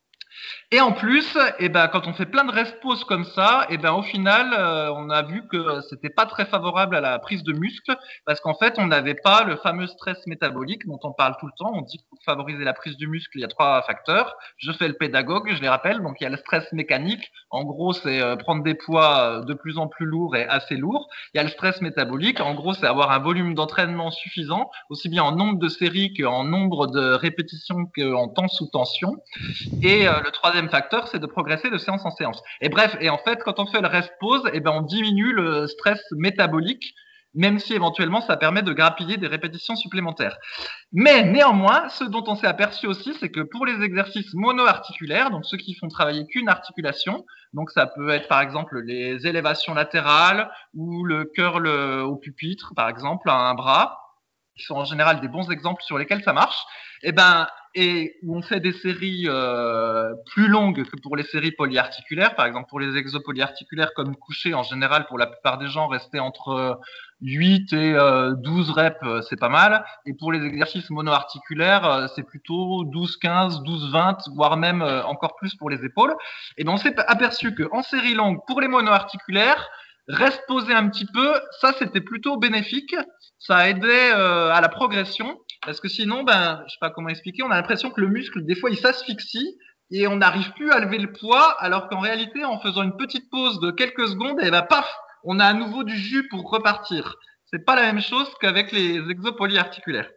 Speaker 2: Et en plus, eh ben, quand on fait plein de rest pause comme ça, eh ben, au final, euh, on a vu que c'était pas très favorable à la prise de muscle parce qu'en fait, on n'avait pas le fameux stress métabolique dont on parle tout le temps. On dit que pour favoriser la prise du muscle, il y a trois facteurs. Je fais le pédagogue, je les rappelle. Donc, il y a le stress mécanique. En gros, c'est euh, prendre des poids de plus en plus lourds et assez lourds. Il y a le stress métabolique. En gros, c'est avoir un volume d'entraînement suffisant, aussi bien en nombre de séries qu'en nombre de répétitions qu'en temps sous tension. Et euh, le troisième facteur, c'est de progresser de séance en séance. Et bref, et en fait, quand on fait le rest pause, eh ben, on diminue le stress métabolique, même si éventuellement ça permet de grappiller des répétitions supplémentaires. Mais néanmoins, ce dont on s'est aperçu aussi, c'est que pour les exercices mono-articulaires, donc ceux qui font travailler qu'une articulation, donc ça peut être par exemple les élévations latérales ou le curl au pupitre, par exemple, à un bras, qui sont en général des bons exemples sur lesquels ça marche, et ben et où on fait des séries euh, plus longues que pour les séries polyarticulaires. Par exemple, pour les exos polyarticulaires comme couché, en général, pour la plupart des gens, rester entre huit et euh, douze reps, c'est pas mal. Et pour les exercices monoarticulaires, c'est plutôt douze, quinze, douze, vingt, voire même euh, encore plus pour les épaules. Et ben on s'est aperçu qu'en série longue, pour les monoarticulaires, reste posé un petit peu, ça c'était plutôt bénéfique, ça a aidé euh, à la progression, parce que sinon, ben, je sais pas comment expliquer, on a l'impression que le muscle, des fois, il s'asphyxie et on n'arrive plus à lever le poids, alors qu'en réalité, en faisant une petite pause de quelques secondes, et ben paf, on a à nouveau du jus pour repartir. C'est pas la même chose qu'avec les exos polyarticulaires.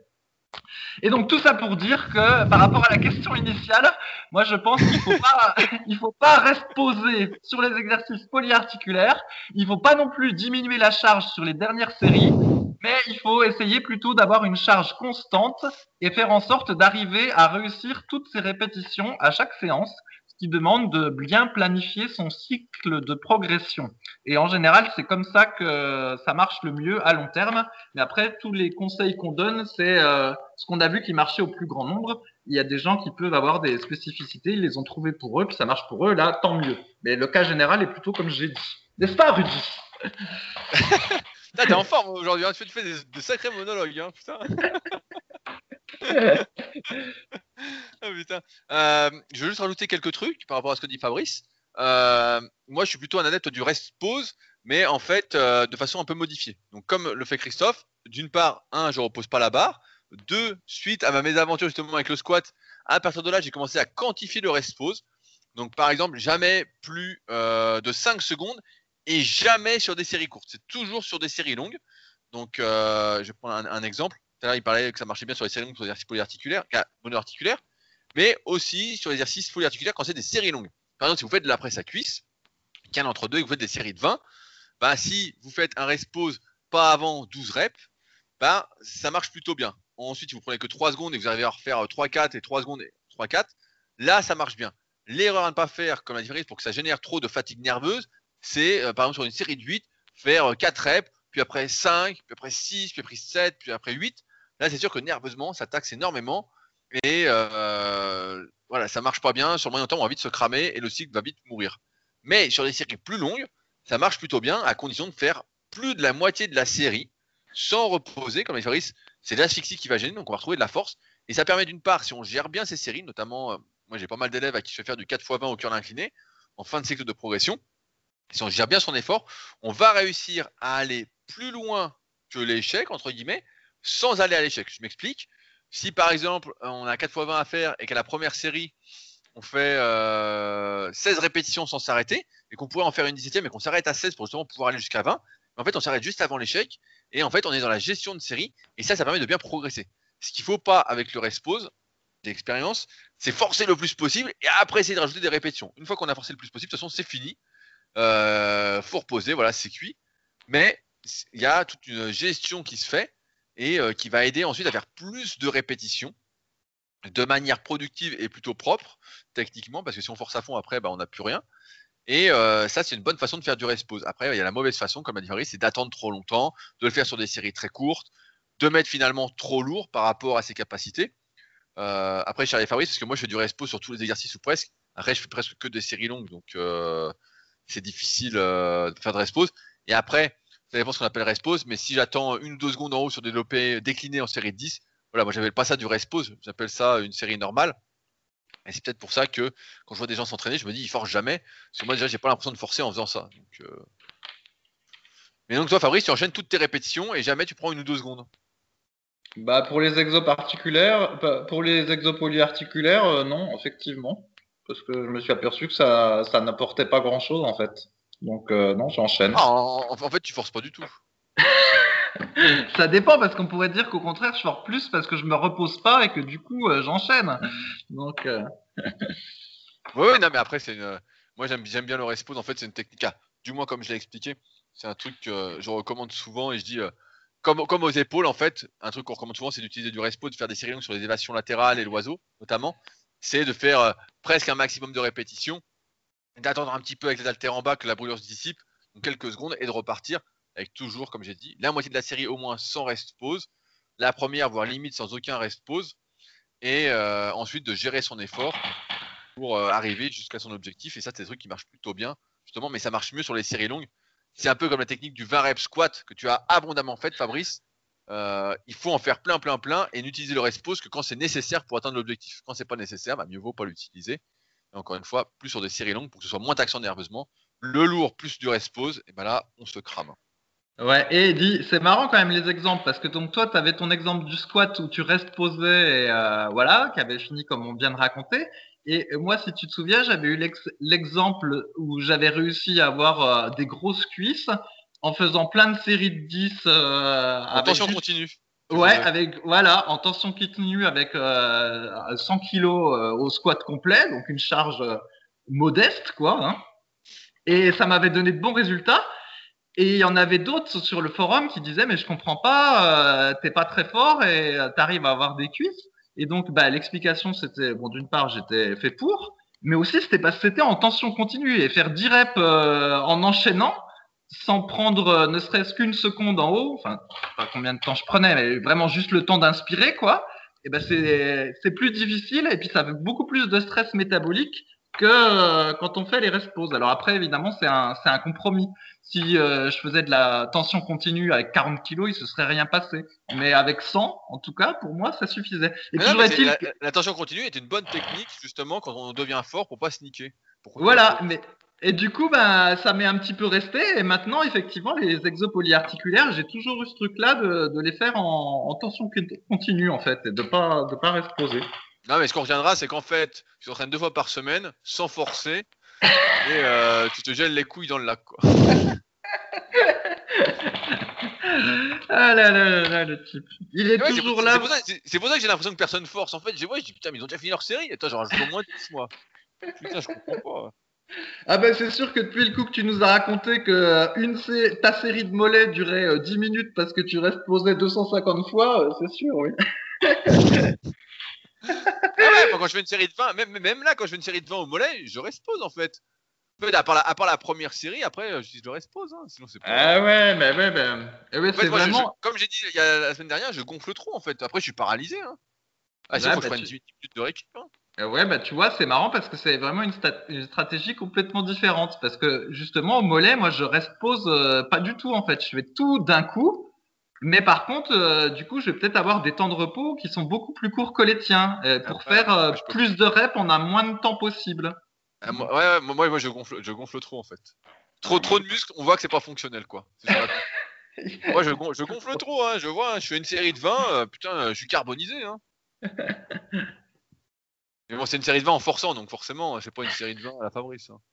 Speaker 2: Et donc tout ça pour dire que par rapport à la question initiale, moi je pense qu'il faut pas, il faut pas rester posé sur les exercices polyarticulaires. Il faut pas non plus diminuer la charge sur les dernières séries, mais il faut essayer plutôt d'avoir une charge constante et faire en sorte d'arriver à réussir toutes ces répétitions à chaque séance, ce qui demande de bien planifier son cycle de progression. Et en général, c'est comme ça que ça marche le mieux à long terme. Mais après, tous les conseils qu'on donne, c'est euh, ce qu'on a vu qui marchait au plus grand nombre. Il y a des gens qui peuvent avoir des spécificités, ils les ont trouvées pour eux, puis ça marche pour eux, là, tant mieux. Mais le cas général est plutôt comme j'ai dit. N'est-ce pas, Rudy?
Speaker 1: Putain, t'es en forme aujourd'hui, hein. Tu fais, tu fais des, des sacrés monologues, hein, putain. Ah, putain. Euh, je veux juste rajouter quelques trucs par rapport à ce que dit Fabrice. Euh, moi, je suis plutôt un adepte du rest pause, mais en fait, euh, de façon un peu modifiée. Donc, comme le fait Christophe, d'une part, un, je repose pas la barre. Deux, suite à ma mésaventure justement avec le squat, à partir de là, j'ai commencé à quantifier le rest pause. Donc, par exemple, jamais plus euh, de cinq secondes et jamais sur des séries courtes. C'est toujours sur des séries longues. Donc, euh, je vais prendre un, un exemple. Tout à l'heure, il parlait que ça marchait bien sur les séries longues, sur les exercices polyarticulaires, monoarticulaires, mais aussi sur les exercices polyarticulaires quand c'est des séries longues. Par exemple, si vous faites de la presse à cuisse, qu'il y en a entre deux et que vous faites des séries de vingt, bah, si vous faites un rest pause pas avant douze reps, bah, ça marche plutôt bien. Ensuite, si vous prenez que trois secondes et que vous arrivez à refaire trois quatre et trois secondes et trois quatre, là, ça marche bien. L'erreur à ne pas faire, comme la différence pour que ça génère trop de fatigue nerveuse, c'est, euh, par exemple, sur une série de huit, faire quatre reps, puis après cinq, puis après six, puis après sept, puis après huit. Là, c'est sûr que nerveusement, ça taxe énormément. Et euh, voilà, ça marche pas bien. Sur le moyen temps, on va vite se cramer et le cycle va vite mourir. Mais sur des séries plus longues, ça marche plutôt bien à condition de faire plus de la moitié de la série sans reposer, comme les Fabrice, c'est l'asphyxie qui va gêner, donc on va retrouver de la force. Et ça permet d'une part, si on gère bien ces séries, notamment, euh, moi j'ai pas mal d'élèves à qui je fais faire du quatre fois vingt au curl incliné, en fin de cycle de progression. Si on gère bien son effort, on va réussir à aller plus loin que l'échec, entre guillemets, sans aller à l'échec. Je m'explique. Si par exemple, on a quatre fois vingt à faire et qu'à la première série, on fait euh, seize répétitions sans s'arrêter, et qu'on pourrait en faire une dix-septième et qu'on s'arrête à seize pour justement pouvoir aller jusqu'à vingt, mais en fait on s'arrête juste avant l'échec, et en fait on est dans la gestion de série, et ça, ça permet de bien progresser. Ce qu'il ne faut pas avec le rest pause, d'expérience, c'est forcer le plus possible, et après essayer de rajouter des répétitions. Une fois qu'on a forcé le plus possible, de toute façon c'est fini, euh, faut reposer, voilà, c'est cuit, mais il y a toute une gestion qui se fait, et euh, qui va aider ensuite à faire plus de répétitions, de manière productive et plutôt propre, techniquement, parce que si on force à fond après, bah, on n'a plus rien. Et euh, ça, c'est une bonne façon de faire du rest pause. Après, il y a la mauvaise façon, comme l'a dit Fabrice, c'est d'attendre trop longtemps, de le faire sur des séries très courtes, de mettre finalement trop lourd par rapport à ses capacités. Euh, après, chez les Fabrice, parce que moi, je fais du rest pause sur tous les exercices ou presque. Après, je fais presque que des séries longues, donc euh, c'est difficile euh, de faire de rest pause. Et après, ça dépend ce qu'on appelle rest pause, mais si j'attends une ou deux secondes en haut sur développé décliné en série de dix, voilà, moi j'appelle pas ça du rest pause, j'appelle ça une série normale. Et c'est peut-être pour ça que quand je vois des gens s'entraîner, je me dis ils forcent jamais. Parce que moi déjà j'ai pas l'impression de forcer en faisant ça. Donc, euh... Mais donc toi Fabrice, tu enchaînes toutes tes répétitions et jamais tu prends une ou deux secondes.
Speaker 2: Bah pour les exos articulaires, pour les exos polyarticulaires, euh, non, effectivement, parce que je me suis aperçu que ça, ça n'apportait pas grand-chose en fait. Donc euh, non, j'enchaîne.
Speaker 1: Ah, en, en, en fait tu forces pas du tout.
Speaker 2: Ça dépend, parce qu'on pourrait dire qu'au contraire je force plus parce que je me repose pas et que du coup euh, j'enchaîne. Donc euh...
Speaker 1: Oui, oui, non mais après c'est une. Moi j'aime j'aime bien le rest pause. En fait c'est une technique. Ah, du moins comme je l'ai expliqué, c'est un truc que je recommande souvent et je dis. Euh, Comme, comme aux épaules, en fait, un truc qu'on recommande souvent, c'est d'utiliser du rest pause, de faire des séries longues sur les élévations latérales et l'oiseau, notamment. C'est de faire euh, presque un maximum de répétitions, d'attendre un petit peu avec les haltères en bas que la brûlure se dissipe, donc quelques secondes, et de repartir avec toujours, comme j'ai dit, la moitié de la série au moins sans rest pause, la première, voire limite sans aucun rest pause, et euh, ensuite de gérer son effort pour euh, arriver jusqu'à son objectif. Et ça, c'est des trucs qui marchent plutôt bien, justement, mais ça marche mieux sur les séries longues. C'est un peu comme la technique du vingt reps squat que tu as abondamment faite, Fabrice. Euh, il faut en faire plein, plein, plein et n'utiliser le rest pause que quand c'est nécessaire pour atteindre l'objectif. Quand c'est pas nécessaire, bah, mieux vaut pas l'utiliser. Et encore une fois, plus sur des séries longues pour que ce soit moins taxant nerveusement. Le lourd plus du rest pause, et ben là, on se crame.
Speaker 2: Ouais, et dis, c'est marrant quand même les exemples, parce que donc toi, tu avais ton exemple du squat où tu restes posé et euh, voilà, qui avait fini comme on vient de raconter. Et moi, si tu te souviens, j'avais eu l'ex- l'exemple où j'avais réussi à avoir euh, des grosses cuisses en faisant plein de séries de dix euh,
Speaker 1: En
Speaker 2: avec
Speaker 1: tension
Speaker 2: juste...
Speaker 1: continue.
Speaker 2: Ouais, avec voilà, en tension continue avec euh, cent kilos euh, au squat complet, donc une charge euh, modeste, quoi. Hein. Et ça m'avait donné de bons résultats. Et il y en avait d'autres sur le forum qui disaient mais je comprends pas, euh, t'es pas très fort et euh, t'arrives à avoir des cuisses. Et donc bah l'explication c'était bon d'une part j'étais fait pour, mais aussi c'était parce que c'était en tension continue et faire dix reps euh, en enchaînant sans prendre euh, ne serait-ce qu'une seconde en haut, enfin pas combien de temps je prenais, mais vraiment juste le temps d'inspirer quoi. Et ben c'est c'est plus difficile et puis ça fait beaucoup plus de stress métabolique que euh, quand on fait les rest pauses. Alors après évidemment c'est un c'est un compromis. Si euh, je faisais de la tension continue avec quarante kilos, il se serait rien passé. Mais avec cent, en tout cas, pour moi, ça suffisait. Et
Speaker 1: Mais non,
Speaker 2: toujours
Speaker 1: mais c'est,
Speaker 2: est-il
Speaker 1: la,
Speaker 2: que...
Speaker 1: la tension continue est une bonne technique, justement, quand on devient fort pour pas se niquer. Pour continuer à
Speaker 2: Voilà,
Speaker 1: progresser.
Speaker 2: mais... Et du coup, ben, ça m'est un petit peu resté. Et maintenant, effectivement, les exos polyarticulaires, j'ai toujours eu ce truc-là de, de les faire en, en tension continue, en fait, et de pas, de pas rester posé.
Speaker 1: Non, mais ce qu'on reviendra, c'est qu'en fait, tu t'entraînes deux fois par semaine, sans forcer, et euh, tu te gèles les couilles dans le lac, quoi.
Speaker 2: Ah là là là là, le type. Il est
Speaker 1: Ouais, c'est, pour,
Speaker 2: toujours
Speaker 1: c'est,
Speaker 2: là.
Speaker 1: pour ça, c'est, c'est pour ça que j'ai l'impression que personne force. En fait, j'ai, ouais, je dis, putain, mais ils ont déjà fini leur série. Attends, j'en rajoute au moins dix, moi. Putain, je comprends pas.
Speaker 2: Ah ben c'est sûr que depuis le coup que tu nous as raconté que euh, une sé- ta série de mollets durait euh, dix minutes parce que tu restes posé deux cent cinquante fois, euh, c'est sûr, oui.
Speaker 1: Ah ouais, moi, quand je fais une série de vingt, même, même là, quand je fais une série de vingt au mollet, je reste pause, en fait. En fait, à part la, à part la première série, après, euh, je reste pause, hein. Sinon, c'est
Speaker 2: Ah
Speaker 1: pas.
Speaker 2: ouais, mais ouais, ben, eh ouais,
Speaker 1: En
Speaker 2: c'est
Speaker 1: fait, moi, je, je-
Speaker 2: vraiment.
Speaker 1: comme j'ai dit il y a la semaine dernière, je gonfle trop, en fait. Après, je suis paralysé, hein. Ah, sinon,
Speaker 2: Ouais,
Speaker 1: faut que je
Speaker 2: bah,
Speaker 1: prenne
Speaker 2: tu...
Speaker 1: dix minutes de récup, hein.
Speaker 2: eh ouais, bah tu vois, c'est marrant parce que c'est vraiment une, stat- une stratégie complètement différente. Parce que justement, au mollet, moi, je reste pause euh, pas du tout en fait. Je fais tout d'un coup. Mais par contre, euh, du coup, je vais peut-être avoir des temps de repos qui sont beaucoup plus courts que les tiens euh, pour
Speaker 1: Après,
Speaker 2: faire euh,
Speaker 1: moi, je peux-
Speaker 2: plus de reps en un moins de temps possible.
Speaker 1: Ah, moi, ouais, ouais, moi, moi, je gonfle, je gonfle trop en fait. Trop, trop de muscles, on voit que c'est pas fonctionnel quoi. C'est sur la con- Moi, je, gon- je gonfle trop, hein. Je vois, hein, je fais une série de vingt, euh, putain, euh, je suis carbonisé, hein. Mais bon, c'est une série de vingt en forçant, donc forcément, c'est pas une série de vingt à la Fabrice, hein.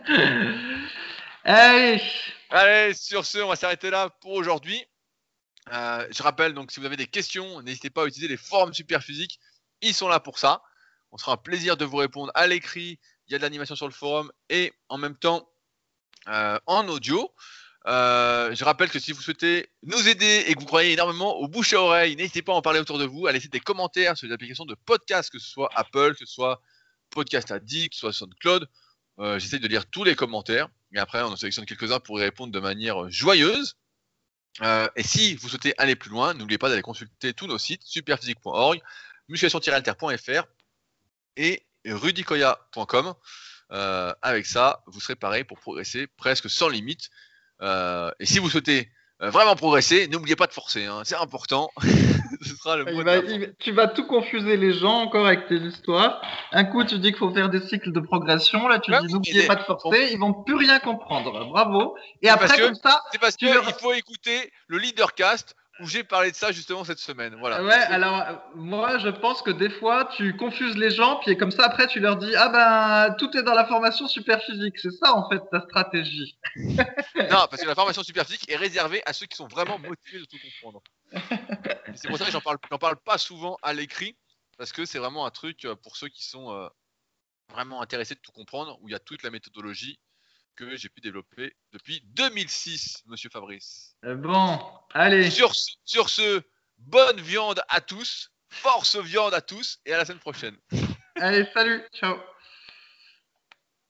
Speaker 2: Allez,
Speaker 1: Allez, sur ce, on va s'arrêter là pour aujourd'hui. Euh, je rappelle donc, si vous avez des questions, n'hésitez pas à utiliser les forums Superphysique. Ils sont là pour ça. On sera un plaisir de vous répondre à l'écrit. Il y a de l'animation sur le forum et en même temps euh, en audio. Euh, je rappelle que si vous souhaitez nous aider et que vous croyez énormément au bouche à oreille, n'hésitez pas à en parler autour de vous, à laisser des commentaires sur les applications de podcast, que ce soit Apple, que ce soit Podcast Addict, que ce soit SoundCloud. Euh, J'essaie de lire tous les commentaires et après on en sélectionne quelques-uns pour y répondre de manière joyeuse. Euh, et si vous souhaitez aller plus loin, n'oubliez pas d'aller consulter tous nos sites superphysique point org, musculation tiret alter point f r et rudicoya point com. Euh, avec ça, vous serez pareil pour progresser presque sans limite. Euh, et si vous souhaitez euh, vraiment progresser, n'oubliez pas de forcer, hein, c'est important. Ce sera le mot
Speaker 2: il
Speaker 1: de
Speaker 2: va,
Speaker 1: la fin.
Speaker 2: il- tu vas tout confuser les gens encore avec tes histoires. Un coup, tu dis qu'il faut faire des cycles de progression. Là, tu
Speaker 1: Ouais,
Speaker 2: dis
Speaker 1: oui, mais
Speaker 2: n'oubliez
Speaker 1: les-
Speaker 2: pas de
Speaker 1: bon,
Speaker 2: forcer. Ils vont plus rien comprendre. Bravo. Et
Speaker 1: c'est parce
Speaker 2: après,
Speaker 1: que
Speaker 2: comme ça,
Speaker 1: c'est parce
Speaker 2: tu
Speaker 1: que
Speaker 2: leur,
Speaker 1: il faut écouter le Leadercast où j'ai parlé de ça justement cette semaine. Voilà.
Speaker 2: ouais,
Speaker 1: Il faut
Speaker 2: alors euh, moi je pense que des fois tu confuses les gens, puis comme ça après tu leur dis ah ben tout est dans la formation super physique, c'est ça en fait ta stratégie.
Speaker 1: Non, parce que la formation superphysique est réservée à ceux qui sont vraiment motivés de tout comprendre. Et c'est pour ça que j'en parle, j'en parle pas souvent à l'écrit, parce que c'est vraiment un truc euh, pour ceux qui sont euh, vraiment intéressés de tout comprendre, où il y a toute la méthodologie que j'ai pu développer depuis deux mille six, monsieur Fabrice.
Speaker 2: Euh, Bon, allez,
Speaker 1: Sur ce, sur ce, bonne viande à tous, force viande à tous, et à la semaine prochaine.
Speaker 2: allez, salut, ciao.